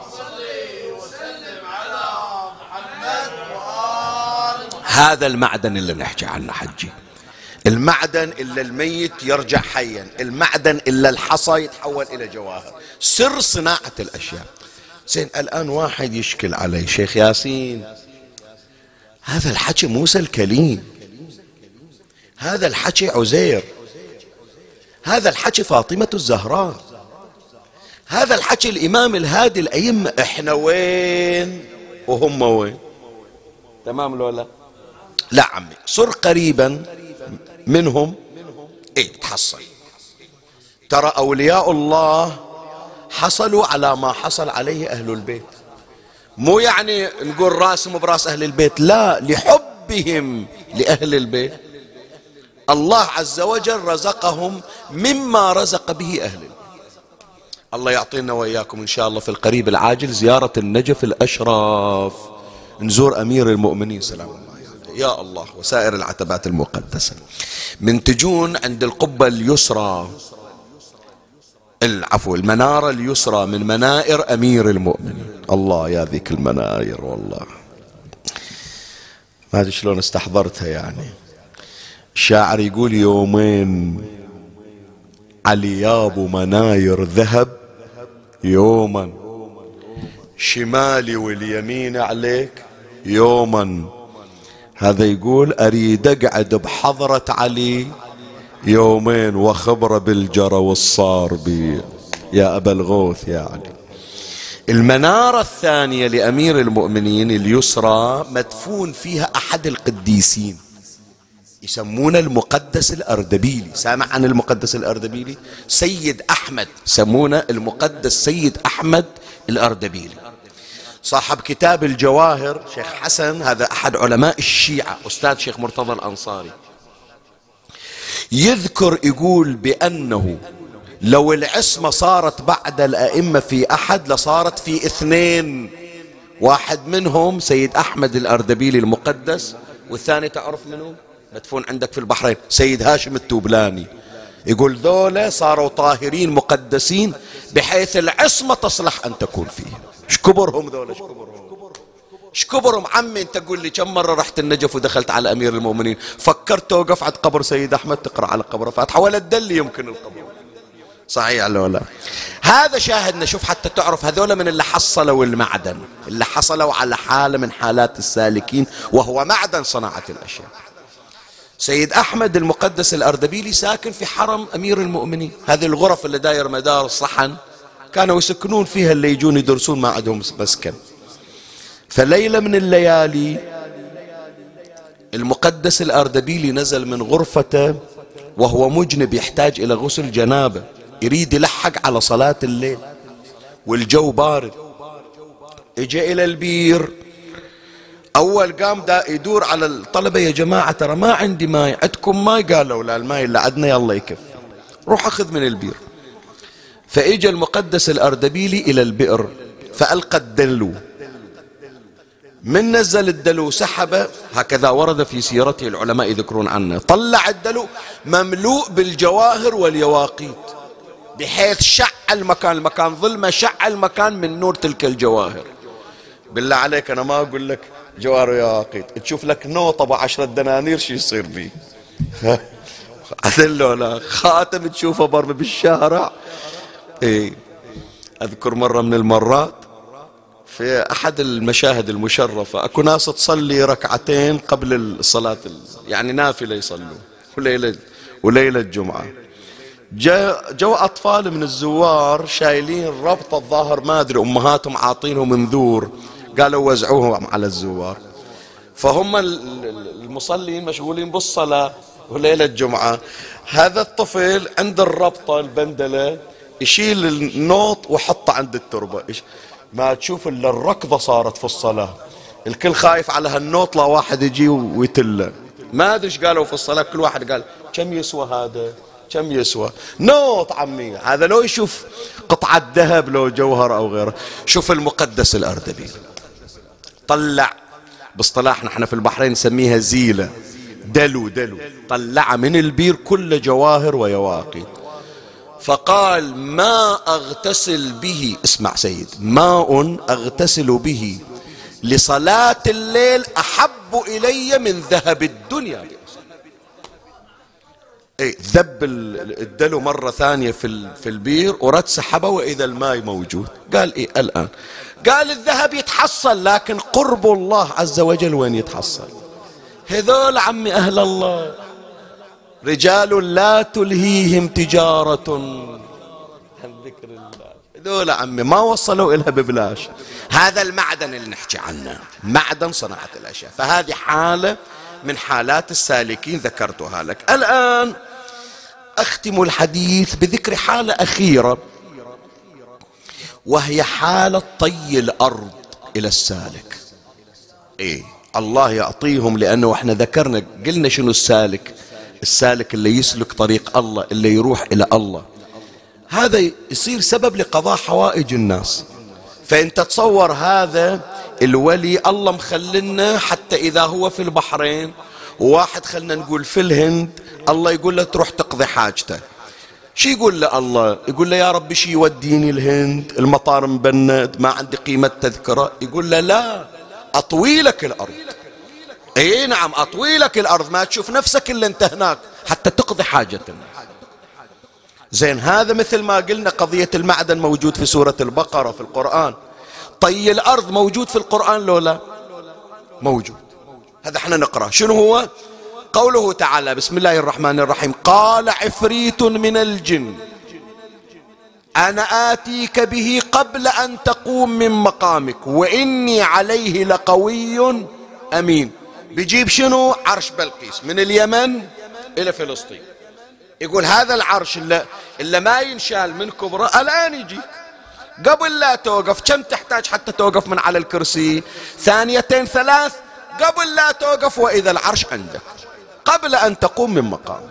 هذا المعدن اللي نحكي عنه حجي، المعدن إلا الميت يرجع حيا، المعدن إلا الحصى يتحول إلى جواهر، سر صناعة الأشياء. زين الآن واحد يشكل علي شيخ ياسين هذا الحكي موسى الكليم، هذا الحكي عزير، هذا الحكي فاطمة الزهراء، هذا الحكي الإمام الهادي الأئمة، إحنا وين وهم وين؟ تمام لو لا؟ لا عمي صر قريبا منهم. ايه تحصل ترى أولياء الله حصلوا على ما حصل عليه أهل البيت، مو يعني نقول راسهم براس أهل البيت، لا، لحبهم لأهل البيت الله عز وجل رزقهم مما رزق به أهل البيت. الله يعطينا وإياكم إن شاء الله في القريب العاجل زيارة النجف الأشرف، نزور أمير المؤمنين سلام الله يا الله وسائر العتبات المقدسة. من تجون عند القبة اليسرى، العفو المنارة اليسرى من منائر أمير المؤمنين، الله يا ذيك المناير والله ما أدري شلون استحضرتها. يعني الشاعر يقول يومين علياب مناير ذهب، يوما شمالي واليمين عليك يوما. هذا يقول أريد أقعد بحضرة علي يومين وخبره بالجرى والصار بي يا أبا الغوث يا علي. المنارة الثانية لأمير المؤمنين اليسرى مدفون فيها أحد القديسين يسمونه المقدس الأردبيلي. سامع عن المقدس الأردبيلي؟ سيد أحمد، سمونه المقدس سيد أحمد الأردبيلي، صاحب كتاب الجواهر. شيخ حسن هذا أحد علماء الشيعة، أستاذ شيخ مرتضى الأنصاري، يذكر يقول بأنه لو العصمة صارت بعد الأئمة في أحد لصارت في اثنين، واحد منهم سيد أحمد الأردبيلي المقدس، والثاني تعرف منه مدفون عندك في البحرين سيد هاشم التوبلاني. يقول ذولا صاروا طاهرين مقدسين بحيث العصمة تصلح أن تكون فيه. ايش كبرهم ذولا، ايش كبرهم، ايش كبرهم عمي. انت قول لي كم مرة رحت النجف ودخلت على أمير المؤمنين فكرت توقف عند قبر سيد أحمد تقرأ على قبره فاتحة ولا تدلي يمكن القبر، صحيح ولا لا؟ هذا شاهدنا. شوف حتى تعرف هذول من اللي حصلوا المعدن، اللي حصلوا على حالة من حالات السالكين وهو معدن صناعة الأشياء. سيد أحمد المقدس الأردبيلي ساكن في حرم أمير المؤمنين، هذه الغرف اللي داير مدار الصحن كانوا يسكنون فيها اللي يجون يدرسون ما عندهم مسكن. فليلة من الليالي المقدس الأردبيلي نزل من غرفته وهو مجنب يحتاج إلى غسل جنابه، يريد يلحق على صلاة الليل والجو بارد. اجى إلى البير، أول قام دا يدور على الطلبة، يا جماعة ترى ما عندي ماي، عندكم ماي؟ قالوا لا، الماي اللي عندنا يلا يكفي، روح أخذ من البير. فإجى المقدس الأردبيلي إلى البئر فألقى الدلو، من نزل الدلو سحبه، هكذا ورد في سيرته العلماء يذكرون عنه، طلع الدلو مملوء بالجواهر واليواقيت بحيث شع المكان، المكان ظلمة، شع المكان من نور تلك الجواهر. بالله عليك أنا ما أقول لك جواهر ويواقيت، تشوف لك نوطة بعشرة دنانير شو يصير بيه؟ أذله لا خاتم تشوفه برمي بالشارع. إيه أذكر مرة من المرات في أحد المشاهد المشرفة أكو ناس تصلي ركعتين قبل الصلاة يعني نافلة يصلوا وليلة وليلة الجمعة، جو أطفال من الزوار شايلين ربط الظاهر ما أدري أمهاتهم عاطينهم منذور، قالوا وزعوه على الزوار. فهم المصلين مشغولين بالصلاة وليلة الجمعة، هذا الطفل عند الربطة البندلة يشيل النوط وحطه عند التربة، ما تشوف إلا الركضة صارت في الصلاة، الكل خايف على هالنوطلة واحد يجي ويتله. ما أدري إيش قالوا في الصلاة، كل واحد قال كم يسوى هذا كم يسوى. نوط عمي هذا، لو يشوف قطعة ذهب لو جوهر أو غيره. شوف المقدس الأردبيل طلع، باصطلاحنا احنا في البحرين نسميها زيلة، دلو دلو، طلع من البير كل جواهر ويواقيت، فقال ما أغتسل به، اسمع سيد، ماء أغتسل به لصلاة الليل أحب إلي من ذهب الدنيا. ايه ذب الدلو مرة ثانية في في البير ورد سحبه وإذا الماء موجود. قال ايه الآن؟ قال الذهب يتحصل لكن قرب الله عز وجل وين يتحصل؟ هذول عمي أهل الله، رجال لا تلهيهم تجارة عن ذكر الله، هذول عمي ما وصلوا إلها ببلاش. هذا المعدن اللي نحكي عنه، معدن صناعة الأشياء. فهذه حالة من حالات السالكين ذكرتها لك. الآن أختم الحديث بذكر حالة أخيرة، وهي حالة طي الأرض إلى السالك. إيه الله يعطيهم، لأنه احنا ذكرنا قلنا شنو السالك، السالك اللي يسلك طريق الله، اللي يروح إلى الله، هذا يصير سبب لقضاء حوائج الناس. فأنت تصور هذا الولي الله مخلنا حتى إذا هو في البحرين وواحد خلنا نقول في الهند، الله يقول له تروح تقضي حاجته، شي يقول له الله؟ يقول له يا رب شي يوديني الهند، المطار مبند، ما عندي قيمة تذكرة. يقول له لا، أطوي لك الأرض. اي نعم أطوي لك الأرض، ما تشوف نفسك إلا أنت هناك حتى تقضي حاجة الناس. زين هذا مثل ما قلنا قضية المعدن موجود في سورة البقرة في القرآن، طي الأرض موجود في القرآن لو لا؟ موجود. هذا احنا نقرأ شنو هو؟ قوله تعالى بسم الله الرحمن الرحيم: قال عفريت من الجن أنا آتيك به قبل أن تقوم من مقامك وإني عليه لقوي أمين. بيجيب شنو؟ عرش بلقيس من اليمن إلى فلسطين. يقول هذا العرش اللي, اللي ما ينشال من كبره الآن يجيك. قبل لا توقف كم تحتاج حتى توقف من على الكرسي؟ ثانيتين ثلاث قبل لا توقف وإذا العرش عندك قبل أن تقوم من مقام.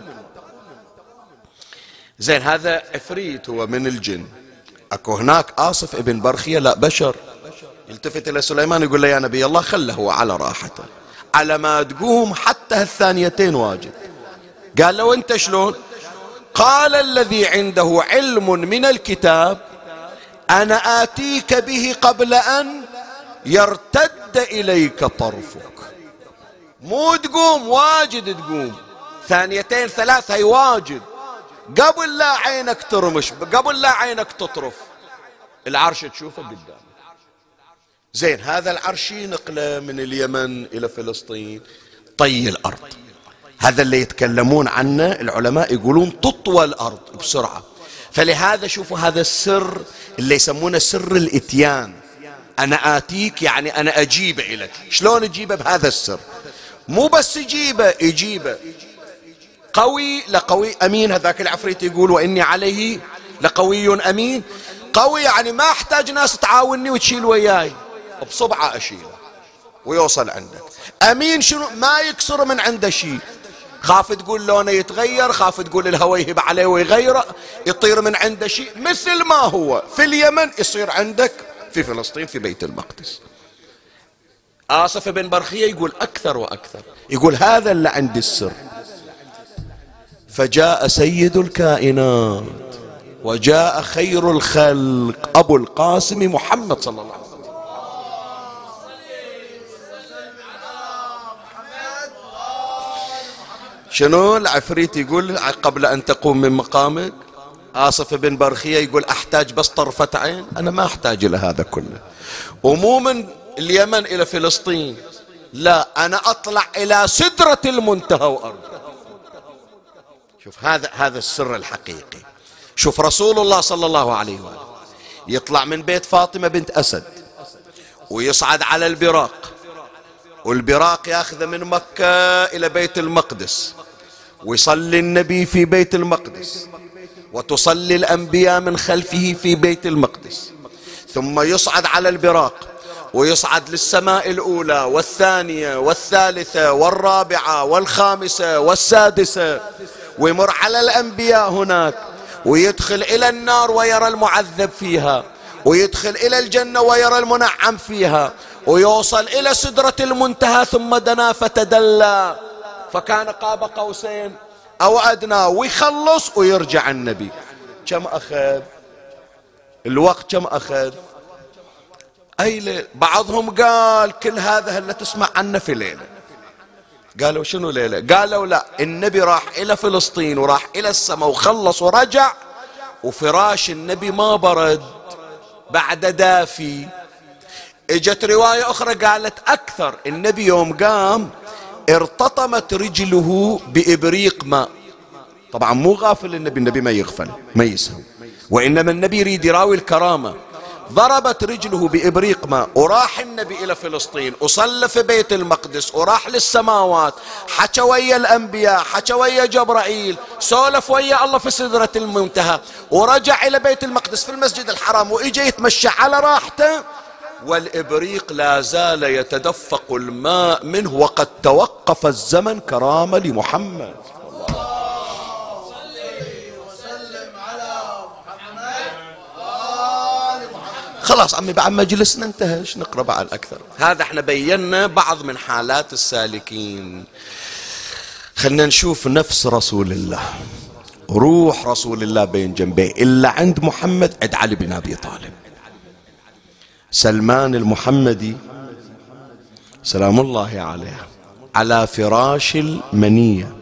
زين هذا عفريت هو من الجن. أكو هناك آصف ابن برخية لا بشر، يلتفت إلى سليمان يقول له يا نبي الله خله هو على راحته، على ما تقوم حتى هالثانيتين واجد. قال له أنت شلون؟ قال الذي عنده علم من الكتاب أنا آتيك به قبل أن يرتد إليك طرفك. مو تقوم واجد، تقوم ثانيتين ثلاث هي واجد، قبل لا عينك ترمش، قبل لا عينك تطرف العرش تشوفه قدامك. زين هذا العرش نقله من اليمن إلى فلسطين، طي الأرض. هذا اللي يتكلمون عنه العلماء يقولون تطوى الأرض بسرعة. فلهذا شوفوا هذا السر اللي يسمونه سر الإتيان. أنا آتيك يعني أنا أجيب إليك. شلون أجيبه؟ بهذا السر. مو بس يجيبه، يجيبه قوي لقوي أمين. هذاك العفريت يقول وإني عليه لقوي أمين. قوي يعني ما أحتاج ناس تعاونني وتشيل وياي، بصبعة أشيله ويوصل عندك. أمين شنو؟ ما يكسر من عنده شيء. خاف تقول لونه يتغير، خاف تقول الهوى يهب عليه ويغيره، يطير من عنده شيء. مثل ما هو في اليمن يصير عندك في فلسطين في بيت المقدس. آصف بن برخية يقول أكثر وأكثر، يقول هذا اللي عندي السر. فجاء سيد الكائنات وجاء خير الخلق أبو القاسم محمد صلى الله عليه وسلم. شنو العفريت يقول قبل أن تقوم من مقامك؟ آصف بن برخية يقول أحتاج بس طرفة عين، أنا ما أحتاج إلى هذا كله. ومو من اليمن إلى فلسطين، لا أنا أطلع إلى سدرة المنتهى وأرض. شوف هذا هذا السر الحقيقي. شوف رسول الله صلى الله عليه وآله يطلع من بيت فاطمة بنت أسد ويصعد على البراق، والبراق ياخذه من مكة إلى بيت المقدس، ويصلي النبي في بيت المقدس، وتصلي الأنبياء من خلفه في بيت المقدس، ثم يصعد على البراق ويصعد للسماء الأولى والثانية والثالثة والرابعة والخامسة والسادسة، ويمر على الأنبياء هناك، ويدخل إلى النار ويرى المعذب فيها، ويدخل إلى الجنة ويرى المنعم فيها، ويوصل إلى سدرة المنتهى ثم دنا فتدلى فكان قاب قوسين أو أدنى، ويخلص ويرجع النبي. كم أخذ الوقت؟ كم أخذ؟ أي ليلة؟ بعضهم قال كل هذا هل تسمع عنه في ليلة. قالوا شنو ليلة؟ قالوا لا، النبي راح إلى فلسطين وراح إلى السماء وخلص ورجع، وفراش النبي ما برد بعد دافي. اجت رواية أخرى قالت أكثر، النبي يوم قام ارتطمت رجله بإبريق ماء. طبعا مو غافل النبي، النبي ما يغفل ما يسهو، وإنما النبي يريد يراوي الكرامة. ضربت رجله بإبريق ماء، وراح النبي إلى فلسطين وصلى في بيت المقدس وراح للسماوات، حكى ويا الأنبياء، حكى ويا جبرائيل، سولف ويا الله في سدرة المنتهى، ورجع إلى بيت المقدس في المسجد الحرام، وإجا يتمشى على راحته والإبريق لا زال يتدفق الماء منه، وقد توقف الزمن كرامة لمحمد. خلاص عمي بعد مجلسنا انتهى، ايش نقرأ بعد أكثر؟ هذا احنا بينا بعض من حالات السالكين. خلنا نشوف نفس رسول الله، روح رسول الله بين جنبيه، إلا عند محمد عند علي بن أبي طالب. سلمان المحمدي سلام الله عليه على فراش المنية،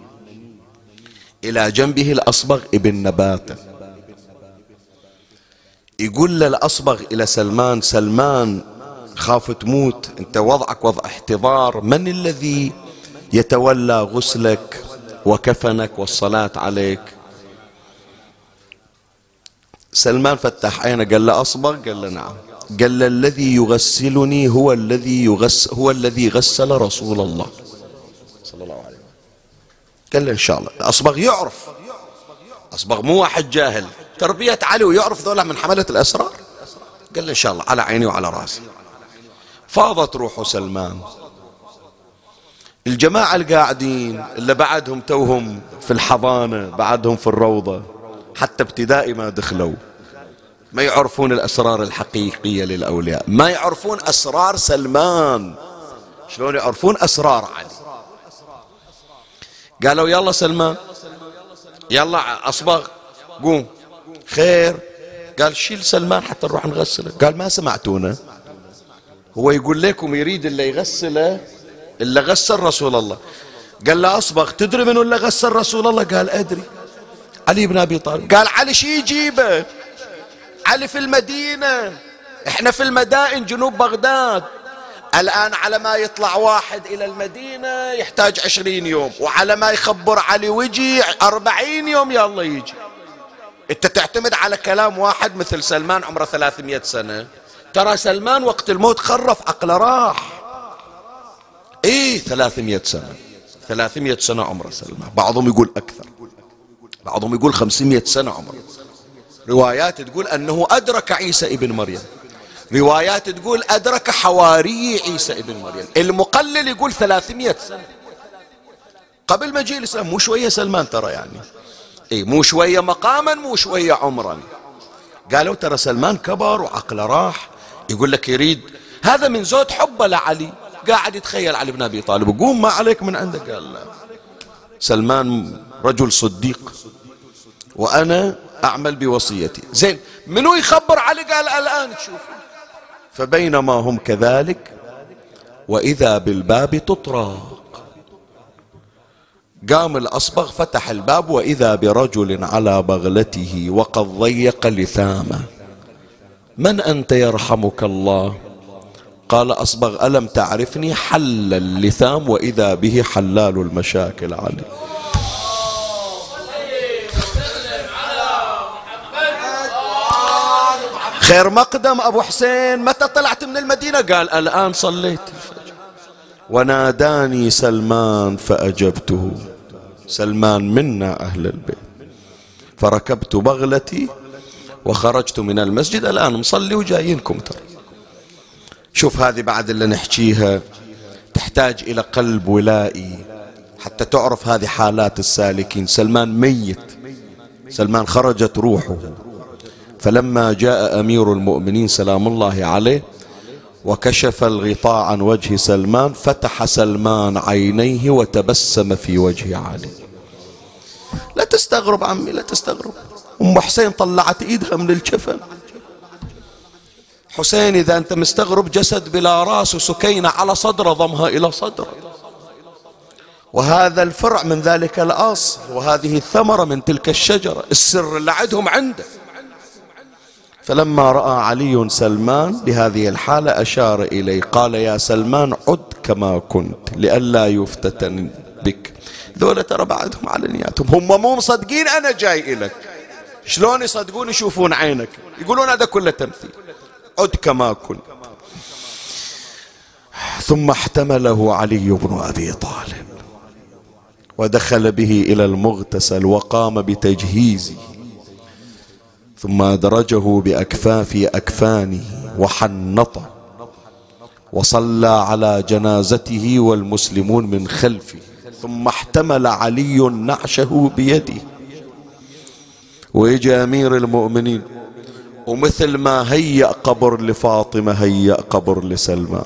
إلى جنبه الأصبغ ابن نباتة. يقول للأصبغ إلى سلمان: سلمان خاف تموت، أنت وضعك وضع احتضار، من الذي يتولى غسلك وكفنك والصلاة عليك؟ سلمان فتح عينه قال له: أصبغ؟ قال له: نعم. قال له: الذي يغسلني هو الذي يغسل هو الذي غسل رسول الله صلى الله عليه وسلم. قال له: إن شاء الله. الأصبغ يعرف، أصبغ مو واحد جاهل، تربية علي ويعرف ذولا من حملة الأسرار. قال له: إن شاء الله، على عيني وعلى راسي. فاضت روح سلمان. الجماعة القاعدين اللي بعدهم توهم في الحضانة، بعدهم في الروضة، حتى ابتدائي ما دخلوا، ما يعرفون الأسرار الحقيقية للأولياء، ما يعرفون أسرار سلمان. شلون يعرفون أسرار علي؟ قالوا: يلا سلمان، يلا أصبغ، قوم. خير. قال: شيل سلمان حتى نروح نغسله. قال: ما سمعتونا، هو يقول لكم يريد اللي يغسله اللي غسل رسول الله. قال له: أصبغ، تدري من اللي غسل رسول الله؟ قال: أدري، علي بن أبي طالب. قال: علي شي يجيبه؟ علي في المدينة، احنا في المدائن جنوب بغداد. الآن على ما يطلع واحد إلى المدينة يحتاج عشرين يوم، وعلى ما يخبر علي ويجي أربعين يوم يلا يجي. انت تعتمد على كلام واحد مثل سلمان عمره ثلاثمائة سنة. ترى سلمان وقت الموت خرف، عقله راح. ايه ثلاثمائة سنة، ثلاثمائة سنة عمره سلمان. بعضهم يقول أكثر، بعضهم يقول خمسمائة سنة عمره. روايات تقول أنه أدرك عيسى ابن مريم، روايات تقول أدرك حواري عيسى ابن مريم. المقلل يقول ثلاثمائة سنة قبل مجيء الإسلام. مو شوية سلمان ترى، يعني إيه، مو شوية مقاما، مو شوية عمرا. قالوا ترى سلمان كبر وعقله راح. يقول لك يريد هذا من زود حبه لعلي، قاعد يتخيل علي بن أبي طالب. قوم ما عليك من عندك. قال: لا، سلمان رجل صديق وأنا أعمل بوصيتي. زين، منو يخبر علي؟ قال: الآن تشوف. فبينما هم كذلك وإذا بالباب تطرق. قام الأصبغ فتح الباب، وإذا برجل على بغلته وقد ضيق لثامه. من أنت يرحمك الله؟ قال أصبغ: ألم تعرفني؟ حل اللثام وإذا به حلال المشاكل علي. خير مقدم أبو حسين، متى طلعت من المدينة؟ قال: الآن صليت الفجر. وناداني سلمان فأجبته. سلمان منا أهل البيت. فركبت بغلتي وخرجت من المسجد الآن مصلي وجايينكم ترى. شوف هذه بعد اللي نحكيها تحتاج إلى قلب ولائي حتى تعرف هذه حالات السالكين. سلمان ميت، سلمان خرجت روحه، فلما جاء أمير المؤمنين سلام الله عليه وكشف الغطاء عن وجه سلمان فتح سلمان عينيه وتبسم في وجه علي. لا تستغرب عمي، لا تستغرب. أم حسين طلعت إيدها من الكفن. حسين إذا أنت مستغرب جسد بلا رأس وسكينة على صدره ضمها إلى صدره، وهذا الفرع من ذلك الأصل، وهذه الثمرة من تلك الشجرة، السر اللي عندهم عنده. فلما رأى علي سلمان بهذه الحالة أشار إليه قال يا سلمان عد كما كنت لئلا يفتتن بك. ذولا ترى بعدهم على نياتهم، هم مو مصدقين أنا جاي إليك، شلون يصدقون يشوفون عينك؟ يقولون هذا كله تمثيل. عد كما كنت. ثم احتمله علي بن أبي طالب ودخل به إلى المغتسل وقام بتجهيزه، ثم أدرجه بأكفاف أكفانه وحنطه وصلى على جنازته والمسلمون من خلفه. ثم احتمل علي نعشه بيده وإجى أمير المؤمنين، ومثل ما هيأ قبر لفاطمة هيأ قبر لسلمان،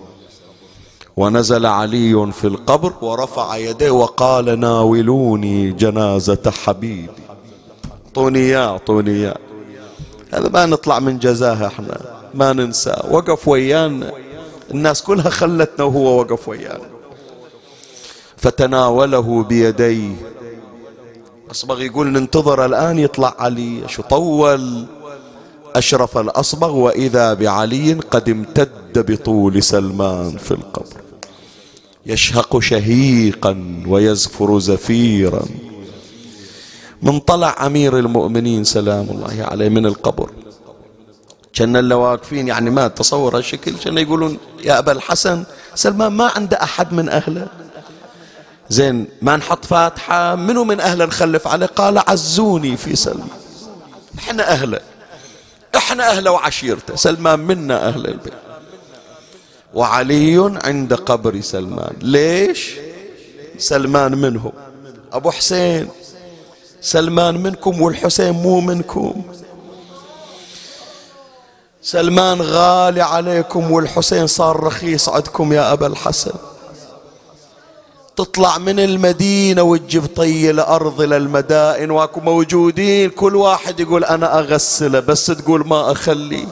ونزل علي في القبر ورفع يديه وقال ناولوني جنازة حبيبي، اعطوني اياه اعطوني اياه. هذا ما نطلع من جزاها، احنا ما ننسى. وقف ويانا، الناس كلها خلتنا وهو وقف ويانا. فتناوله بيديه. أصبغ يقول ننتظر الآن يطلع علي. شو طول. أشرف الأصبغ وإذا بعلي قد امتد بطول سلمان في القبر يشهق شهيقا ويزفر زفيرا. من طلع أمير المؤمنين سلام الله عليه من القبر، كان اللي واقفين يعني ما تصور هالشكل، كان يقولون يا أبا الحسن سلمان ما عنده أحد من أهله، زين ما نحط فاتحة، منو من أهله نخلف عليه؟ قال عزوني في سلمان، احنا أهله، احنا أهله وعشيرته، سلمان منا أهل البيت. وعلي عند قبر سلمان. ليش؟ سلمان منهم. أبو حسين سلمان منكم والحسين مو منكم. سلمان غالي عليكم والحسين صار رخيص عندكم يا أبا الحسن. تطلع من المدينة وتجيب طي الأرض للمدائن، واكو موجودين كل واحد يقول أنا أغسله، بس تقول ما أخليه.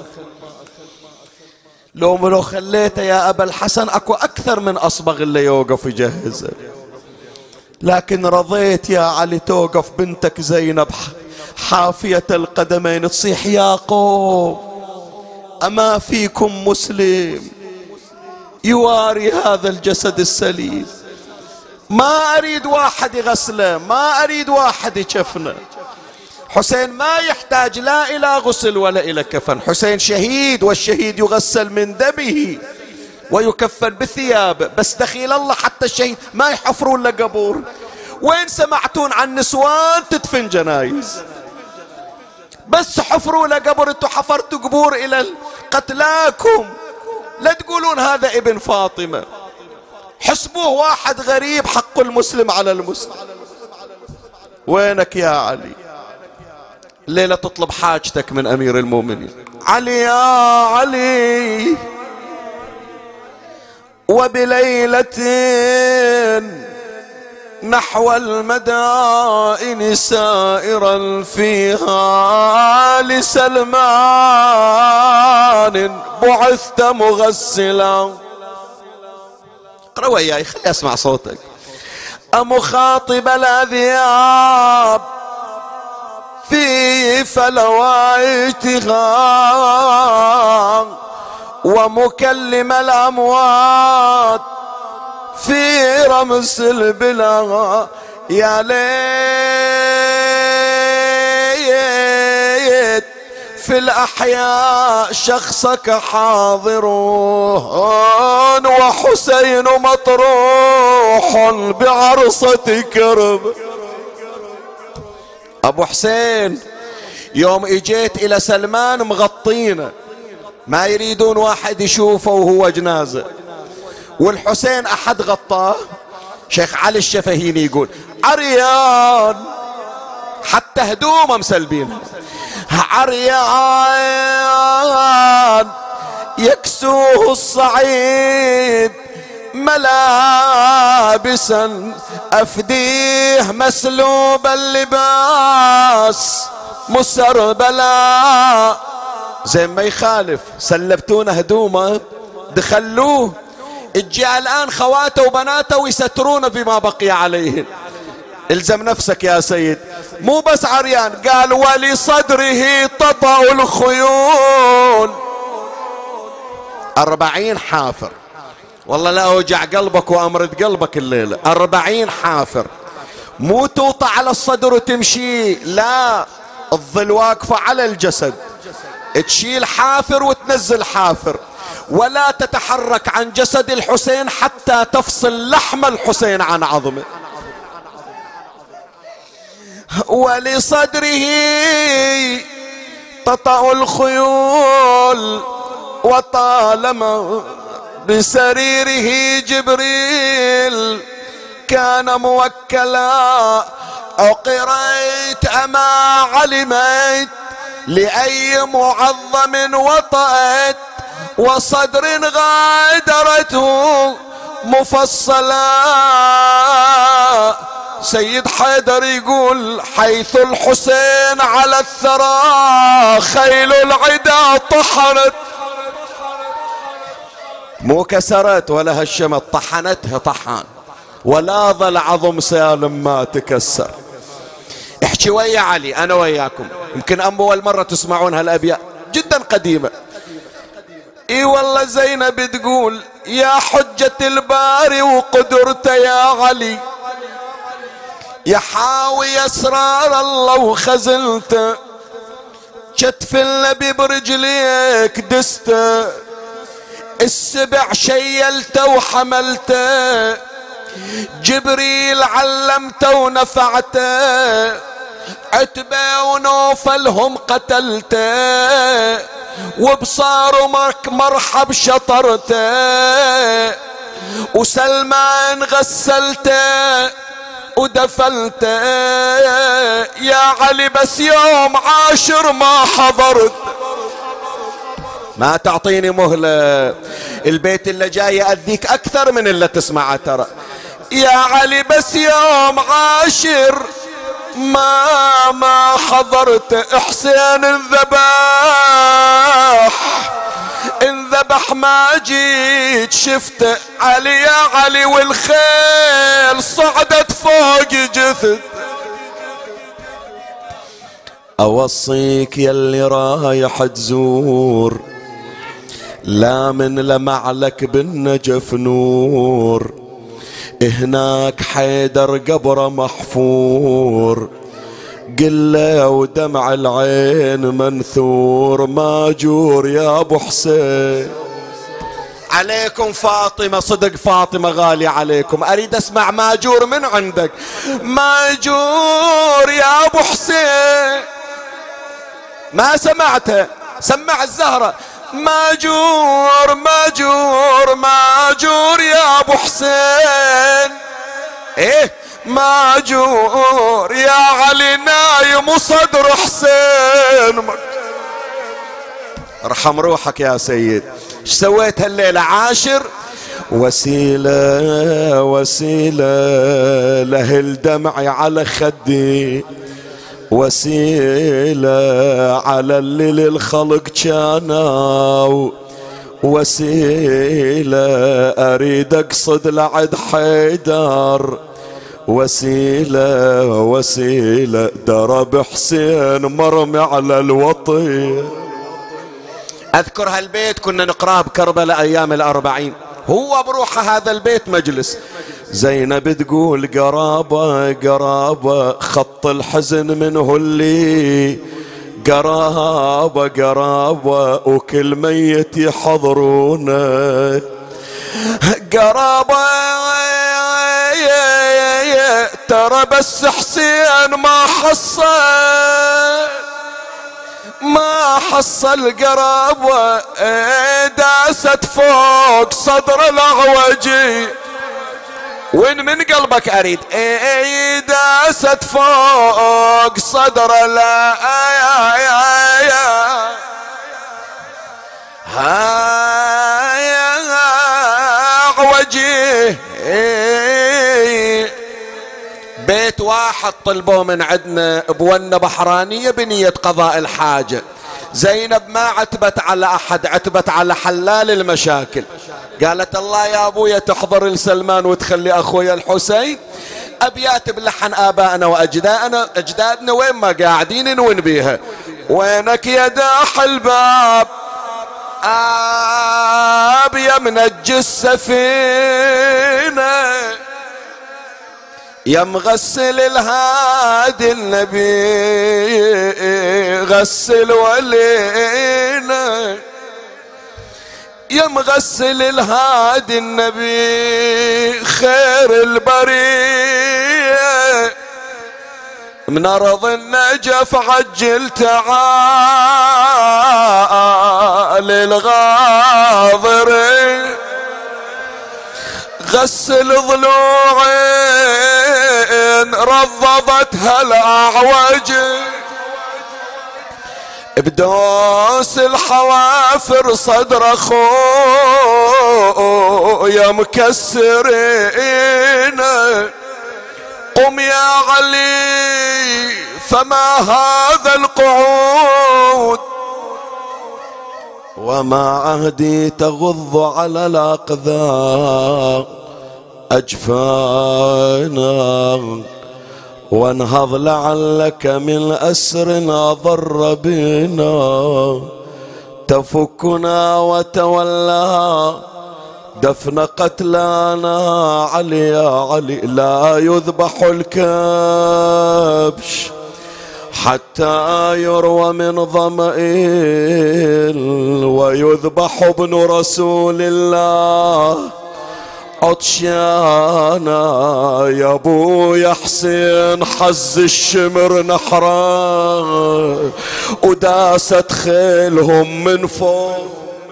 لو لو خليته يا أبا الحسن أكو أكثر من أصبغ اللي يوقف يجهزه، لكن رضيت يا علي توقف بنتك زينب حافية القدمين تصيح يا قوم أما فيكم مسلم يواري هذا الجسد السليم؟ ما أريد واحد يغسله، ما أريد واحد يكفنه. حسين ما يحتاج لا إلى غسل ولا إلى كفن، حسين شهيد، والشهيد يغسل من دمه ويكفن بثيابه. بس دخيل الله حتى الشهيد ما يحفرون له قبور. وين سمعتون عن نسوان تدفن جنايز؟ بس حفروا له قبر. انتوا حفرتوا قبور إلى قتلاكم، لا تقولون هذا ابن فاطمة. حسبوه واحد غريب، حق المسلم على المسلم. وينك يا علي؟ الليلة تطلب حاجتك من أمير المؤمنين. علي يا علي وبليلة نحو المدائن سائرا فيها لسلمان بعثت مغسلا. اقرأ وياي خلي أسمع صوتك. أمخاطب الأذياب في فلواتها ومكلم الأموات في رمس البلا. يا ليت في الأحياء شخصك حاضرون وحسين مطروح بعرصة كرب. أبو حسين يوم اجيت الى سلمان مغطينه، ما يريدون واحد يشوفه وهو جنازة. والحسين احد غطاه، شيخ علي الشفهيني يقول عريان حتى هدومه مسلبين، عريان يكسوه الصعيد ملابسا افديه مسلوب اللباس مسربلا. زي ما يخالف سلبتونا هدومه دخلوه، اجي الان خواته وبناته ويسترونه بما بقي عليهن. الزم نفسك يا سيد، مو بس عريان، قال ولصدره تطأ الخيول. أربعين حافر، والله لا أوجع قلبك وأمرد قلبك الليلة. أربعين حافر، مو توطى على الصدر وتمشي، لا، الظل واقفة على الجسد، تشيل حافر وتنزل حافر، ولا تتحرك عن جسد الحسين حتى تفصل لحم الحسين عن عظمه. ولصدره تطأ الخيول وطالما بسريره جبريل كان موكلا. أقريت أما علمت لأي معظم وطأت، وصدر غادرته مفصلا. سيد حيدر يقول حيث الحسين على الثرى خيل العدا طحنت، مو كسرت ولا هشمت، طحنتها طحان، ولا ظل عظم سالم ما تكسر. احكي ويا علي انا وياكم، يمكن اول مرة تسمعون هالابيات جدا قديمة. اي والله زينب تقول يا حجة الباري وقدرت يا علي، يا حاوي اسرار الله وخزلته، كتف النبي برجليك دسته، السبع شيلته وحملته، جبريل علمته ونفعته، عتبة ونوفلهم قتلته، وبصاروا مرحب شطرته، وسلمان غسلته ودفلته. يا علي بس يوم عاشر ما حضرت، ما تعطيني مهلة، البيت اللي جاي أذيك أكثر من اللي تسمعه ترى. يا علي بس يوم عاشر ما ما حضرت، حسين انذبح انذبح ما جيت شفته، علي يا علي والخيل صعدت فوق جثث. أوصيك يلي رايح تزور، لا من لمع لك بالنجف نور، هناك حيدر قبره محفور، قله ودمع العين منثور، ماجور يا ابو حسين. عليكم فاطمة، صدق فاطمة غالية عليكم، اريد اسمع ماجور من عندك. ماجور يا ابو حسين، ما سمعته، سمع الزهرة. ماجور ماجور ماجور يا ابو حسين، ايه ماجور يا علي نايم وصدر حسين. ارحم روحك يا سيد. ايش سويت هالليلة؟ عاشر وسيلة وسيلة له الدمع على خدي، وسيلة على اللي للخلق كانوا، وسيلة أريد أقصد لعد حيدر، وسيلة وسيلة درب حسين مرمي على الوطي. أذكر هالبيت كنا نقراه بكربلاء أيام الأربعين، هو بروحه هذا البيت مجلس. زينب تقول قرابة قرابة خط الحزن منه اللي قرابة قرابة، وكل ميت يحضرونه قرابة، ترى بس حسين ما حصل ما حصل قرب وداست فوق صدر الأعوجي. وين من قلبك أريد اي داست فوق صدر الأعوجي. بيت واحد طلبوا من عندنا بونة بحرانية بنية قضاء الحاجة. زينب ما عتبت على أحد، عتبت على حلال المشاكل. قالت الله يا أبويا تحضر لسلمان وتخلي أخويا الحسين أبيات بلحن آبائنا وأجدادنا أجدادنا وين ما قاعدين نون بيها. وينك يا داح الباب آب يا منجي السفينة يا مغسل الهادي النبي غسل ولينا. يا مغسل الهادي النبي خير البرية من أرض النجف عجل تعال الغاضرين. غسل ضلوعين رضضتها الأعوج بدوس الحوافر صدر أخويا مكسرين. قم يا علي فما هذا القعود وما عهدي تغض على الأقدام أجفانا. وانهض لعلك من أسر أضر بنا تفكنا وتولى دفن قتلانا. علي يا علي لا يذبح الكبش حتى يروى من ظمئ ويذبح ابن رسول الله عطشانا. يا ابو يا حسين حز الشمر نحرا وداست خيلهم من فوق.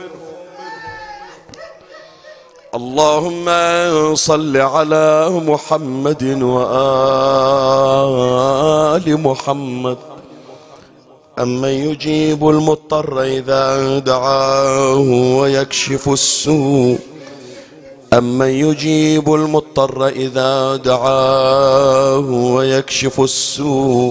اللهم صل على محمد وآل محمد. أمن يجيب المضطر إذا دعاه ويكشف السوء. أمن يجيب المضطر إذا دعاه ويكشف السوء.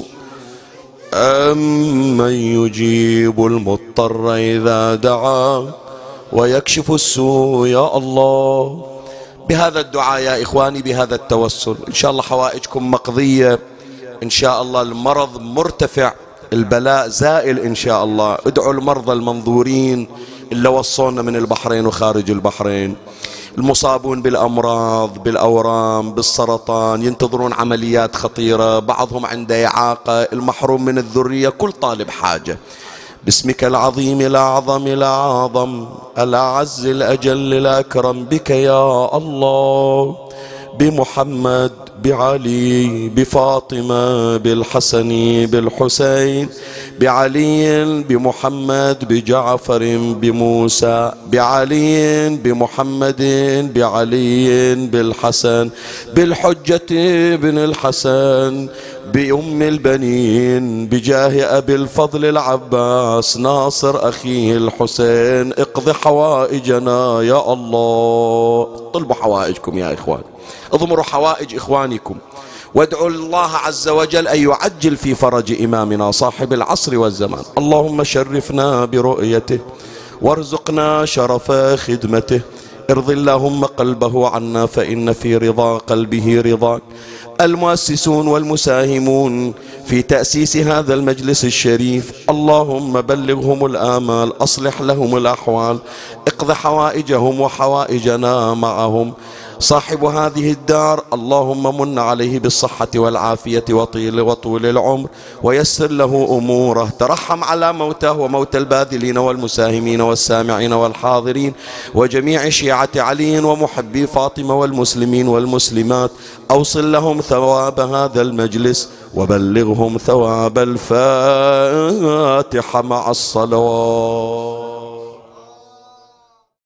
أمن يجيب المضطر إذا دعاه ويكشف السوء. يا الله بهذا الدعاء يا إخواني، بهذا التوسل إن شاء الله حوائجكم مقضية إن شاء الله. المرض مرتفع، البلاء زائل إن شاء الله. ادعوا المرضى المنظورين اللي وصلنا من البحرين وخارج البحرين، المصابون بالأمراض بالأورام بالسرطان ينتظرون عمليات خطيرة، بعضهم عنده إعاقة، المحروم من الذرية، كل طالب حاجة. باسمك العظيم الأعظم الأعظم الأعز الأجل الأكرم بك يا الله، بمحمد بعلي بفاطمة بالحسن بالحسين بعلي بمحمد بجعفر بموسى بعلي بمحمد بعلي بالحسن بالحجة بن الحسن بأم البنين بجاه أبي الفضل العباس ناصر أخيه الحسين. اقض حوائجنا يا الله. طلبوا حوائجكم يا إخوان، اضمروا حوائج إخوانكم، وادعوا الله عز وجل أن يعجل في فرج إمامنا صاحب العصر والزمان. اللهم شرفنا برؤيته وارزقنا شرف خدمته. ارض اللهم قلبه عنا فإن في رضا قلبه رضاك. المؤسسون والمساهمون في تأسيس هذا المجلس الشريف اللهم بلغهم الآمال، أصلح لهم الأحوال، اقض حوائجهم وحوائجنا معهم. صاحب هذه الدار اللهم من عليه بالصحة والعافية وطول, وطول العمر ويسر له أموره. ترحم على موتاه وموت الباذلين والمساهمين والسامعين والحاضرين وجميع شيعة علي ومحبي فاطمة والمسلمين والمسلمات. أوصل لهم ثواب هذا المجلس وبلغهم ثواب الفاتحة مع الصلوات.